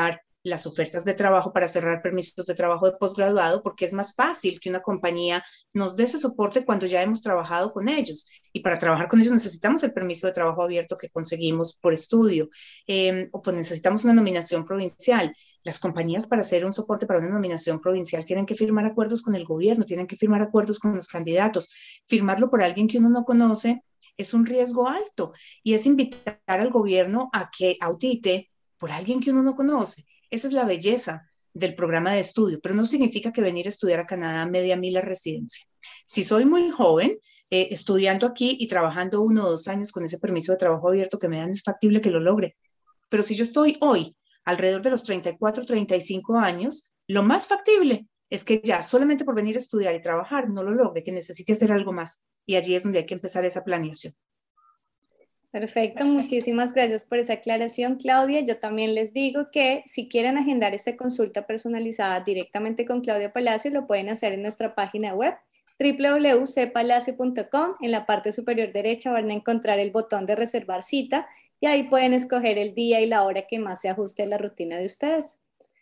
las ofertas de trabajo para cerrar permisos de trabajo de posgraduado, porque es más fácil que una compañía nos dé ese soporte cuando ya hemos trabajado con ellos. Y para trabajar con ellos necesitamos el permiso de trabajo abierto que conseguimos por estudio, eh, o pues necesitamos una nominación provincial. Las compañías, para hacer un soporte para una nominación provincial, tienen que firmar acuerdos con el gobierno, tienen que firmar acuerdos con los candidatos. Firmarlo por alguien que uno no conoce es un riesgo alto, y es invitar al gobierno a que audite por alguien que uno no conoce. Esa es la belleza del programa de estudio, pero no significa que venir a estudiar a Canadá me dé a mí la residencia. Si soy muy joven, eh, estudiando aquí y trabajando uno o dos años con ese permiso de trabajo abierto que me dan, es factible que lo logre. Pero si yo estoy hoy alrededor de los treinta y cuatro, treinta y cinco años, lo más factible es que ya solamente por venir a estudiar y trabajar no lo logre, que necesite hacer algo más. Y allí es donde hay que empezar esa planeación. Perfecto, muchísimas gracias por esa aclaración, Claudia. Yo también les digo que si quieren agendar esta consulta personalizada directamente con Claudia Palacio, lo pueden hacer en nuestra página web doble u doble u doble u punto c palacio punto com. En la parte superior derecha van a encontrar el botón de reservar cita y ahí pueden escoger el día y la hora que más se ajuste a la rutina de ustedes.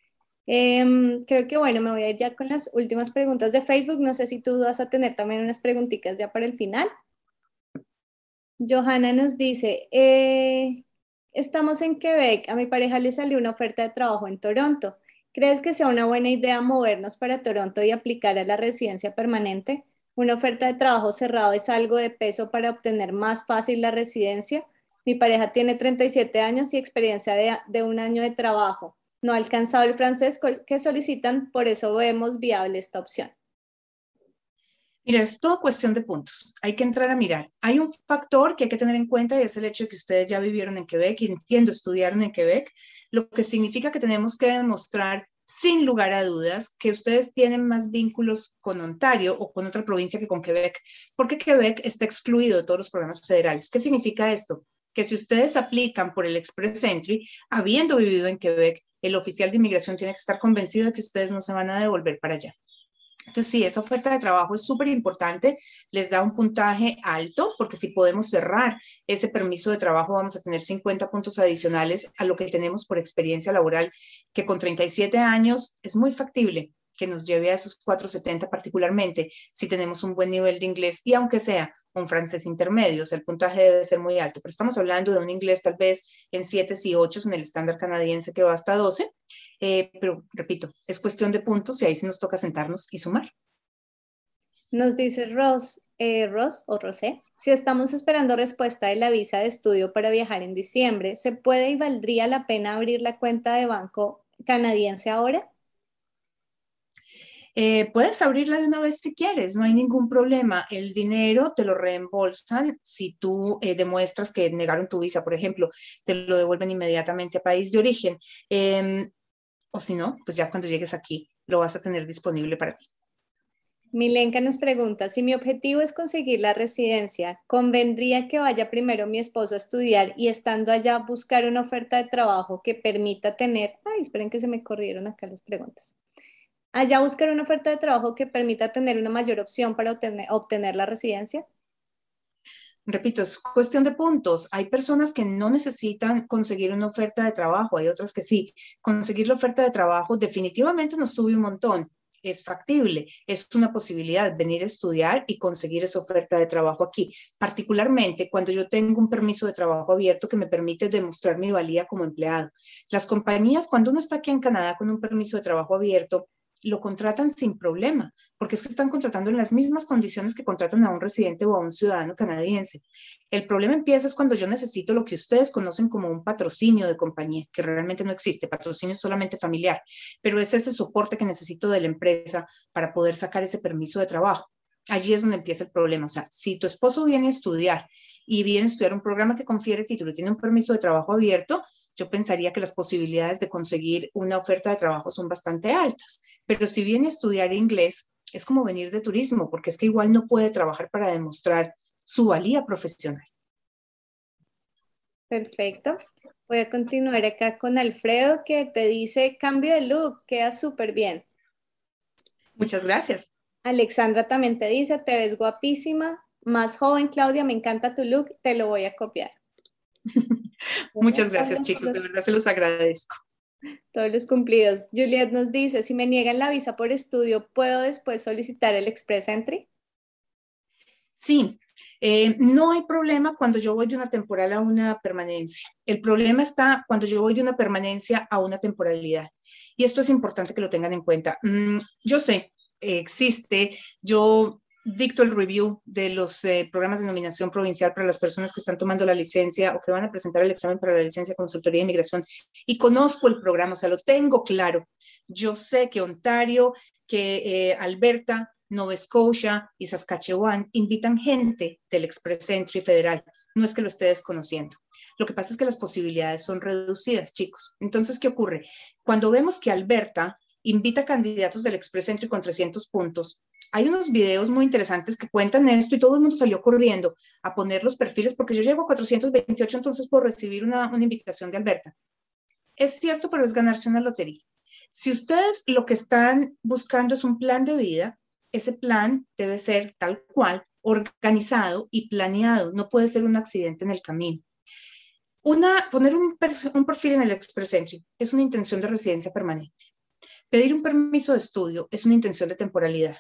Eh, creo que bueno, me voy a ir ya con las últimas preguntas de Facebook. No sé si tú vas a tener también unas preguntitas ya para el final. Johanna nos dice, eh, estamos en Quebec, a mi pareja le salió una oferta de trabajo en Toronto. ¿Crees que sea una buena idea movernos para Toronto y aplicar a la residencia permanente? ¿Una oferta de trabajo cerrado es algo de peso para obtener más fácil la residencia? Mi pareja tiene treinta y siete años y experiencia de, de un año de trabajo. No ha alcanzado el francés que solicitan, por eso vemos viable esta opción. Mira, es todo cuestión de puntos. Hay que entrar a mirar. Hay un factor que hay que tener en cuenta y es el hecho de que ustedes ya vivieron en Quebec y entiendo, estudiaron en Quebec, lo que significa que tenemos que demostrar sin lugar a dudas que ustedes tienen más vínculos con Ontario o con otra provincia que con Quebec, porque Quebec está excluido de todos los programas federales. ¿Qué significa esto? Que si ustedes aplican por el Express Entry, habiendo vivido en Quebec, el oficial de inmigración tiene que estar convencido de que ustedes no se van a devolver para allá. Entonces, sí, esa oferta de trabajo es súper importante, les da un puntaje alto, porque si podemos cerrar ese permiso de trabajo, vamos a tener cincuenta puntos adicionales a lo que tenemos por experiencia laboral, que con treinta y siete años es muy factible que nos lleve a esos cuatrocientos setenta, particularmente si tenemos un buen nivel de inglés, y aunque sea un francés intermedio, o sea, el puntaje debe ser muy alto, pero estamos hablando de un inglés tal vez en siete y ocho en el estándar canadiense que va hasta doce, eh, pero repito, es cuestión de puntos y ahí sí nos toca sentarnos y sumar. Nos dice Ross, eh, Ross o Rosé, si estamos esperando respuesta de la visa de estudio para viajar en diciembre, ¿se puede y valdría la pena abrir la cuenta de banco canadiense ahora? Eh, puedes abrirla de una vez si quieres, no hay ningún problema. El dinero te lo reembolsan si tú eh, demuestras que negaron tu visa, por ejemplo, te lo devuelven inmediatamente a país de origen. Eh, o si no, pues ya cuando llegues aquí lo vas a tener disponible para ti. Milenka nos pregunta, si mi objetivo es conseguir la residencia, ¿convendría que vaya primero mi esposo a estudiar y estando allá buscar una oferta de trabajo que permita tener, ay, esperen que se me corrieron acá las preguntas, allá buscar una oferta de trabajo que permita tener una mayor opción para obtener, obtener la residencia? Repito, es cuestión de puntos. Hay personas que no necesitan conseguir una oferta de trabajo, hay otras que sí. Conseguir la oferta de trabajo definitivamente nos sube un montón. Es factible, es una posibilidad venir a estudiar y conseguir esa oferta de trabajo aquí, particularmente cuando yo tengo un permiso de trabajo abierto que me permite demostrar mi valía como empleado. Las compañías, cuando uno está aquí en Canadá con un permiso de trabajo abierto, lo contratan sin problema, porque es que están contratando en las mismas condiciones que contratan a un residente o a un ciudadano canadiense. El problema empieza es cuando yo necesito lo que ustedes conocen como un patrocinio de compañía, que realmente no existe, patrocinio es solamente familiar, pero es ese soporte que necesito de la empresa para poder sacar ese permiso de trabajo. Allí es donde empieza el problema. O sea, si tu esposo viene a estudiar y viene a estudiar un programa que confiere título y tiene un permiso de trabajo abierto, yo pensaría que las posibilidades de conseguir una oferta de trabajo son bastante altas. Pero si viene a estudiar inglés, es como venir de turismo, porque es que igual no puede trabajar para demostrar su valía profesional. Perfecto. Voy a continuar acá con Alfredo, que te dice, cambio de look, queda súper bien. Muchas gracias. Alexandra también te dice, te ves guapísima, más joven, Claudia, me encanta tu look, te lo voy a copiar. Muchas gracias, chicos, de verdad se los agradezco. Todos los cumplidos. Juliet nos dice, si me niegan la visa por estudio, ¿puedo después solicitar el Express Entry? Sí, eh, no hay problema cuando yo voy de una temporal a una permanencia. El problema está cuando yo voy de una permanencia a una temporalidad. Y esto es importante que lo tengan en cuenta. Mm, yo sé, eh, existe, yo dicto el review de los eh, programas de nominación provincial para las personas que están tomando la licencia o que van a presentar el examen para la licencia de consultoría de inmigración y conozco el programa, o sea, lo tengo claro. Yo sé que Ontario, que eh, Alberta, Nova Scotia y Saskatchewan invitan gente del Express Entry federal. No es que lo esté desconociendo. Lo que pasa es que las posibilidades son reducidas, chicos. Entonces, ¿qué ocurre? Cuando vemos que Alberta invita candidatos del Express Entry con trescientos puntos, hay unos videos muy interesantes que cuentan esto y todo el mundo salió corriendo a poner los perfiles porque yo llego a cuatrocientos veintiocho, entonces puedo recibir una, una invitación de Alberta. Es cierto, pero es ganarse una lotería. Si ustedes lo que están buscando es un plan de vida, ese plan debe ser tal cual, organizado y planeado. No puede ser un accidente en el camino. Una, poner un, un perfil en el Express Entry es una intención de residencia permanente. Pedir un permiso de estudio es una intención de temporalidad.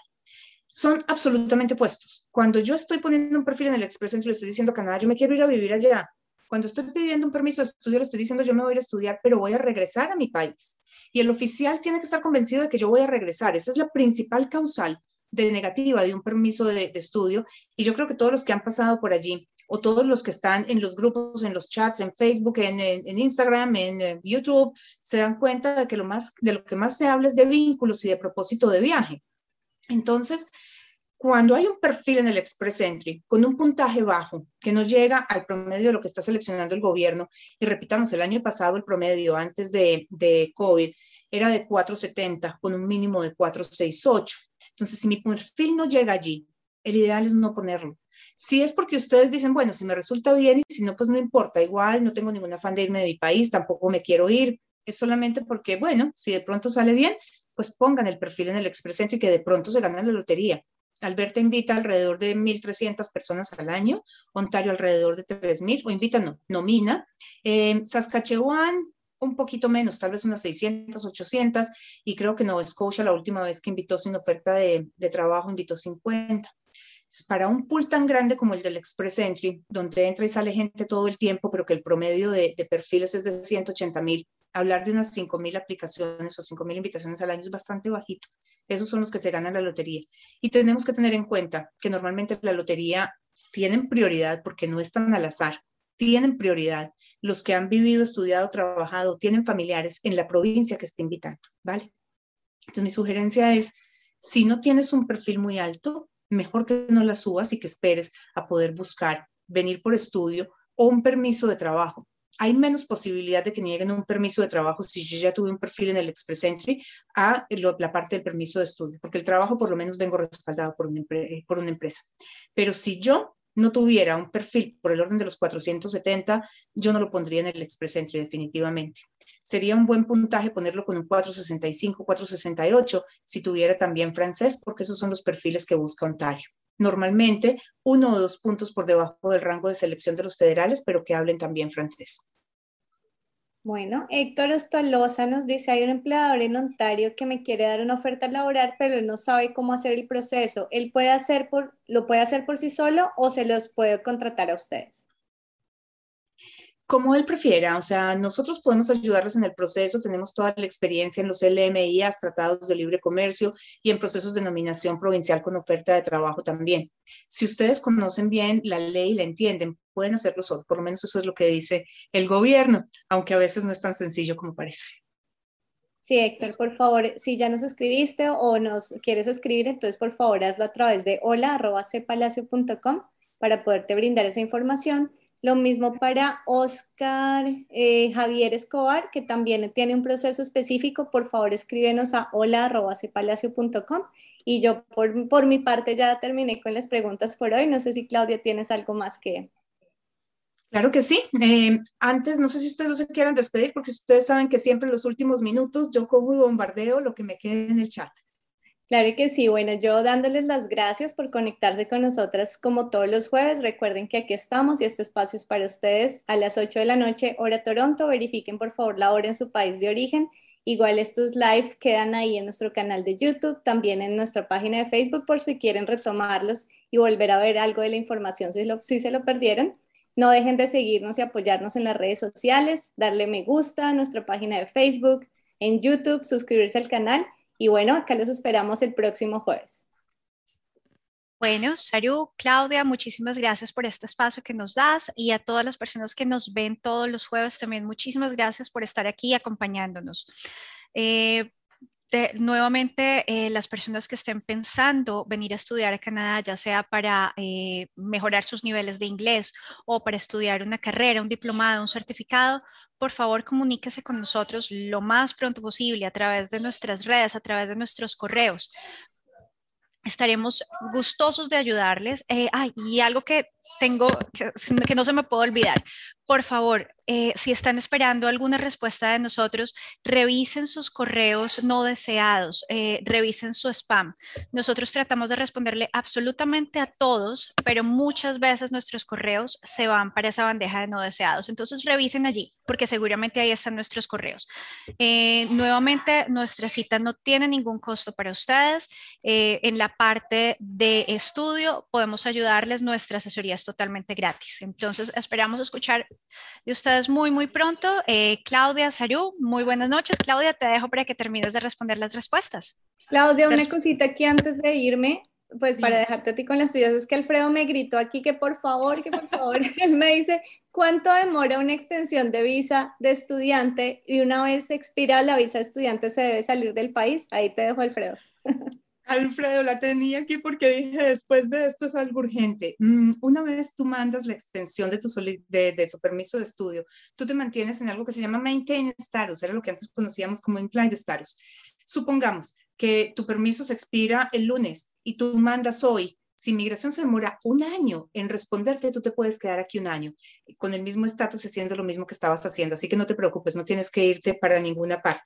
Son absolutamente opuestos. Cuando yo estoy poniendo un perfil en el Express Entry, le estoy diciendo a Canadá, yo me quiero ir a vivir allá. Cuando estoy pidiendo un permiso de estudio, le estoy diciendo, yo me voy a ir a estudiar, pero voy a regresar a mi país. Y el oficial tiene que estar convencido de que yo voy a regresar. Esa es la principal causal de negativa de un permiso de, de estudio. Y yo creo que todos los que han pasado por allí, o todos los que están en los grupos, en los chats, en Facebook, en, en, en Instagram, en, en YouTube, se dan cuenta de que lo más, de lo que más se habla es de vínculos y de propósito de viaje. Entonces, cuando hay un perfil en el Express Entry con un puntaje bajo que no llega al promedio de lo que está seleccionando el gobierno, y repitamos, el año pasado el promedio antes de, de COVID era de cuatro setenta con un mínimo de cuatro sesenta y ocho. Entonces, si mi perfil no llega allí, el ideal es no ponerlo. Si es porque ustedes dicen, bueno, si me resulta bien y si no, pues no importa, igual no tengo ningún afán de irme de mi país, tampoco me quiero ir, es solamente porque, bueno, si de pronto sale bien, pues pongan el perfil en el Express Entry y que de pronto se gana la lotería. Alberta invita alrededor de mil trescientas personas al año, Ontario alrededor de tres mil, o invita, no, nomina. Eh, Saskatchewan, un poquito menos, tal vez unas seiscientas, ochocientas, y creo que Nova Scotia la última vez que invitó sin oferta de, de trabajo, invitó cincuenta. Entonces, para un pool tan grande como el del Express Entry, donde entra y sale gente todo el tiempo, pero que el promedio de, de perfiles es de ciento ochenta mil, hablar de unas cinco mil aplicaciones o cinco mil invitaciones al año es bastante bajito. Esos son los que se ganan la lotería. Y tenemos que tener en cuenta que normalmente la lotería tienen prioridad porque no están al azar. Tienen prioridad los que han vivido, estudiado, trabajado, tienen familiares en la provincia que está invitando, ¿vale? Entonces mi sugerencia es, si no tienes un perfil muy alto, mejor que no la subas y que esperes a poder buscar venir por estudio o un permiso de trabajo. Hay menos posibilidad de que nieguen un permiso de trabajo si yo ya tuve un perfil en el Express Entry a la parte del permiso de estudio, porque el trabajo por lo menos vengo respaldado por una, por una empresa. Pero si yo no tuviera un perfil por el orden de los cuatrocientos setenta, yo no lo pondría en el Express Entry definitivamente. Sería un buen puntaje ponerlo con un cuatrocientos sesenta y cinco, cuatrocientos sesenta y ocho si tuviera también francés, porque esos son los perfiles que busca Ontario. Normalmente uno o dos puntos por debajo del rango de selección de los federales, pero que hablen también francés. Bueno, Héctor Ostoloza nos dice, hay un empleador en Ontario que me quiere dar una oferta laboral, pero él no sabe cómo hacer el proceso. ¿Él puede hacer por, lo puede hacer por sí solo o se los puede contratar a ustedes? Como él prefiera, o sea, nosotros podemos ayudarles en el proceso, tenemos toda la experiencia en los L M I As, tratados de libre comercio y en procesos de nominación provincial con oferta de trabajo también. Si ustedes conocen bien la ley y la entienden, pueden hacerlo solo, por lo menos eso es lo que dice el gobierno, aunque a veces no es tan sencillo como parece. Sí, Héctor, por favor, si ya nos escribiste o nos quieres escribir, entonces por favor hazlo a través de hola arroba c palacio punto com para poderte brindar esa información. Lo mismo para Oscar eh, Javier Escobar, que también tiene un proceso específico. Por favor, escríbenos a hola arroba c palacio punto com. Y yo, por, por mi parte, ya terminé con las preguntas por hoy. No sé si, Claudia, tienes algo más que... Claro que sí. Eh, antes, no sé si ustedes no se quieran despedir, porque ustedes saben que siempre en los últimos minutos yo cojo y bombardeo lo que me quede en el chat. Claro que sí. Bueno, yo dándoles las gracias por conectarse con nosotras como todos los jueves. Recuerden que aquí estamos y este espacio es para ustedes a las ocho de la noche, hora Toronto. Verifiquen por favor la hora en su país de origen. Igual estos live quedan ahí en nuestro canal de YouTube, también en nuestra página de Facebook por si quieren retomarlos y volver a ver algo de la información si, lo, si se lo perdieron. No dejen de seguirnos y apoyarnos en las redes sociales, darle me gusta a nuestra página de Facebook, en YouTube, suscribirse al canal. Y bueno, acá los esperamos el próximo jueves. Bueno, Saru, Claudia, muchísimas gracias por este espacio que nos das y a todas las personas que nos ven todos los jueves también muchísimas gracias por estar aquí acompañándonos. Eh, de, nuevamente, eh, las personas que estén pensando venir a estudiar a Canadá, ya sea para eh, mejorar sus niveles de inglés o para estudiar una carrera, un diplomado, un certificado, por favor comuníquese con nosotros lo más pronto posible a través de nuestras redes, a través de nuestros correos. Estaremos gustosos de ayudarles. Eh, ay, y algo que tengo, que, que no se me puede olvidar. Por favor, eh, si están esperando alguna respuesta de nosotros, revisen sus correos no deseados, eh, revisen su spam. Nosotros tratamos de responderle absolutamente a todos, pero muchas veces nuestros correos se van para esa bandeja de no deseados. Entonces revisen allí, porque seguramente ahí están nuestros correos. Eh, nuevamente, nuestra cita no tiene ningún costo para ustedes. Eh, en la parte de estudio podemos ayudarles, nuestra asesoría es totalmente gratis. Entonces esperamos escuchar de ustedes muy muy pronto. Eh, Claudia, Saru, muy buenas noches. Claudia, te dejo para que termines de responder las respuestas. Claudia, una cosita aquí antes de irme, pues para dejarte a ti con las tuyas, es que Alfredo me gritó aquí que por favor, que por favor, él me dice, ¿cuánto demora una extensión de visa de estudiante? Y una vez expira la visa de estudiante, ¿se debe salir del país? Ahí te dejo, Alfredo. Alfredo, la tenía aquí porque dije, después de esto es algo urgente. Mm, una vez tú mandas la extensión de tu, de, de tu permiso de estudio, tú te mantienes en algo que se llama Maintain Status, era lo que antes conocíamos como Implied Status. Supongamos que tu permiso se expira el lunes y tú mandas hoy. Si migración se demora un año en responderte, tú te puedes quedar aquí un año con el mismo estatus haciendo lo mismo que estabas haciendo. Así que no te preocupes, no tienes que irte para ninguna parte.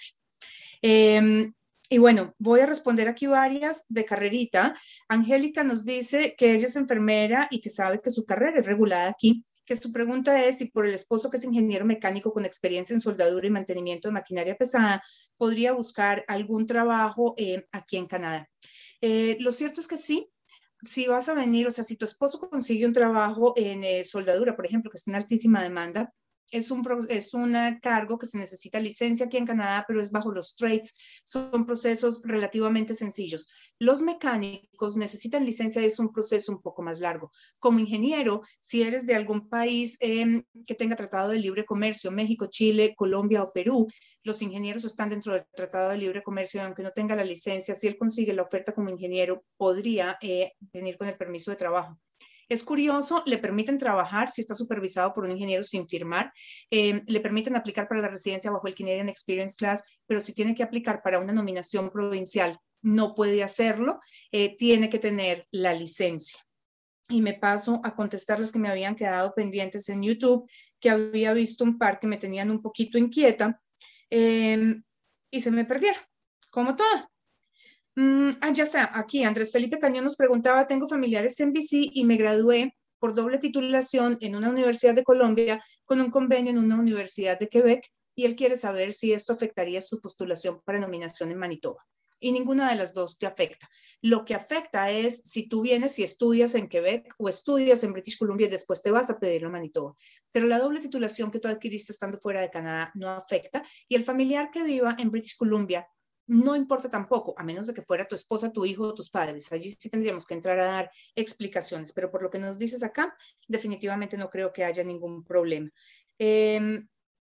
Eh, Y bueno, voy a responder aquí varias de carrerita. Angélica nos dice que ella es enfermera y que sabe que su carrera es regulada aquí, que su pregunta es si por el esposo que es ingeniero mecánico con experiencia en soldadura y mantenimiento de maquinaria pesada, podría buscar algún trabajo eh, aquí en Canadá. Eh, lo cierto es que sí. Si vas a venir, o sea, si tu esposo consigue un trabajo en eh, soldadura, por ejemplo, que está en altísima demanda, Es un, es un cargo que se necesita licencia aquí en Canadá, pero es bajo los trades. Son procesos relativamente sencillos. Los mecánicos necesitan licencia y es un proceso un poco más largo. Como ingeniero, si eres de algún país eh, que tenga tratado de libre comercio, México, Chile, Colombia o Perú, los ingenieros están dentro del tratado de libre comercio, aunque no tenga la licencia, si él consigue la oferta como ingeniero, podría eh, venir con el permiso de trabajo. Es curioso, le permiten trabajar si está supervisado por un ingeniero sin firmar, eh, le permiten aplicar para la residencia bajo el Canadian Experience Class, pero si tiene que aplicar para una nominación provincial, no puede hacerlo, eh, tiene que tener la licencia. Y me paso a contestar las que me habían quedado pendientes en YouTube, que había visto un par que me tenían un poquito inquieta, eh, y se me perdieron, como todo. Mm, ah, ya está, aquí Andrés Felipe Cañón nos preguntaba, tengo familiares en B C y me gradué por doble titulación en una universidad de Colombia con un convenio en una universidad de Quebec y él quiere saber si esto afectaría su postulación para nominación en Manitoba. Y ninguna de las dos te afecta. Lo que afecta es si tú vienes y estudias en Quebec o estudias en British Columbia y después te vas a pedirlo a Manitoba. Pero la doble titulación que tú adquiriste estando fuera de Canadá no afecta y el familiar que viva en British Columbia no importa tampoco, a menos de que fuera tu esposa, tu hijo o tus padres. Allí sí tendríamos que entrar a dar explicaciones, pero por lo que nos dices acá, definitivamente no creo que haya ningún problema. Eh,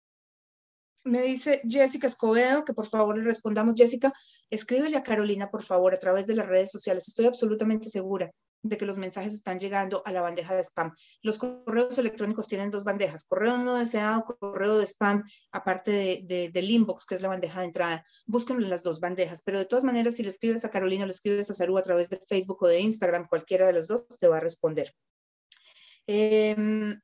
me dice Jessica Escobedo que por favor le respondamos. Jessica, escríbele a Carolina, por favor, a través de las redes sociales. Estoy absolutamente segura de que los mensajes están llegando a la bandeja de spam. Los correos electrónicos tienen dos bandejas, correo no deseado, correo de spam, aparte de, de, del inbox, que es la bandeja de entrada. Búsquenlo en las dos bandejas, pero de todas maneras, si le escribes a Carolina o le escribes a Saru a través de Facebook o de Instagram, cualquiera de los dos te va a responder. Eh,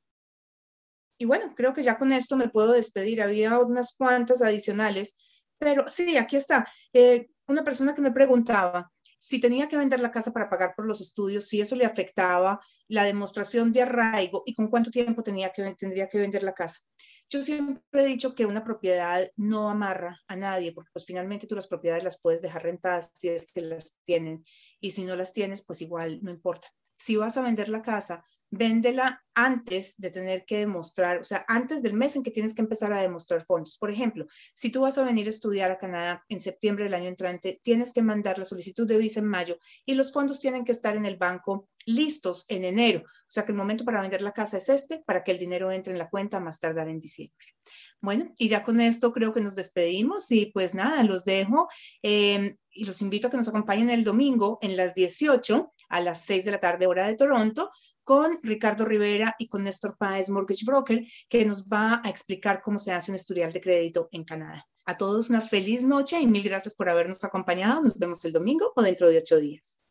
y bueno, creo que ya con esto me puedo despedir. Había unas cuantas adicionales, pero sí, aquí está. Eh, una persona que me preguntaba, si tenía que vender la casa para pagar por los estudios, si eso le afectaba la demostración de arraigo y con cuánto tiempo tenía que, tendría que vender la casa. Yo siempre he dicho que una propiedad no amarra a nadie, porque pues finalmente tú las propiedades las puedes dejar rentadas si es que las tienen, y si no las tienes, pues igual no importa. Si vas a vender la casa, véndela antes de tener que demostrar, o sea, antes del mes en que tienes que empezar a demostrar fondos. Por ejemplo, si tú vas a venir a estudiar a Canadá en septiembre del año entrante, tienes que mandar la solicitud de visa en mayo y los fondos tienen que estar en el banco listos en enero. O sea, que el momento para vender la casa es este, para que el dinero entre en la cuenta más tardar en diciembre. Bueno, y ya con esto creo que nos despedimos y pues nada, los dejo eh, y los invito a que nos acompañen el domingo en las dieciocho a las seis de la tarde hora de Toronto con Ricardo Rivera y con Néstor Páez Mortgage Broker, que nos va a explicar cómo se hace un historial de crédito en Canadá. A todos una feliz noche y mil gracias por habernos acompañado. Nos vemos el domingo o dentro de ocho días.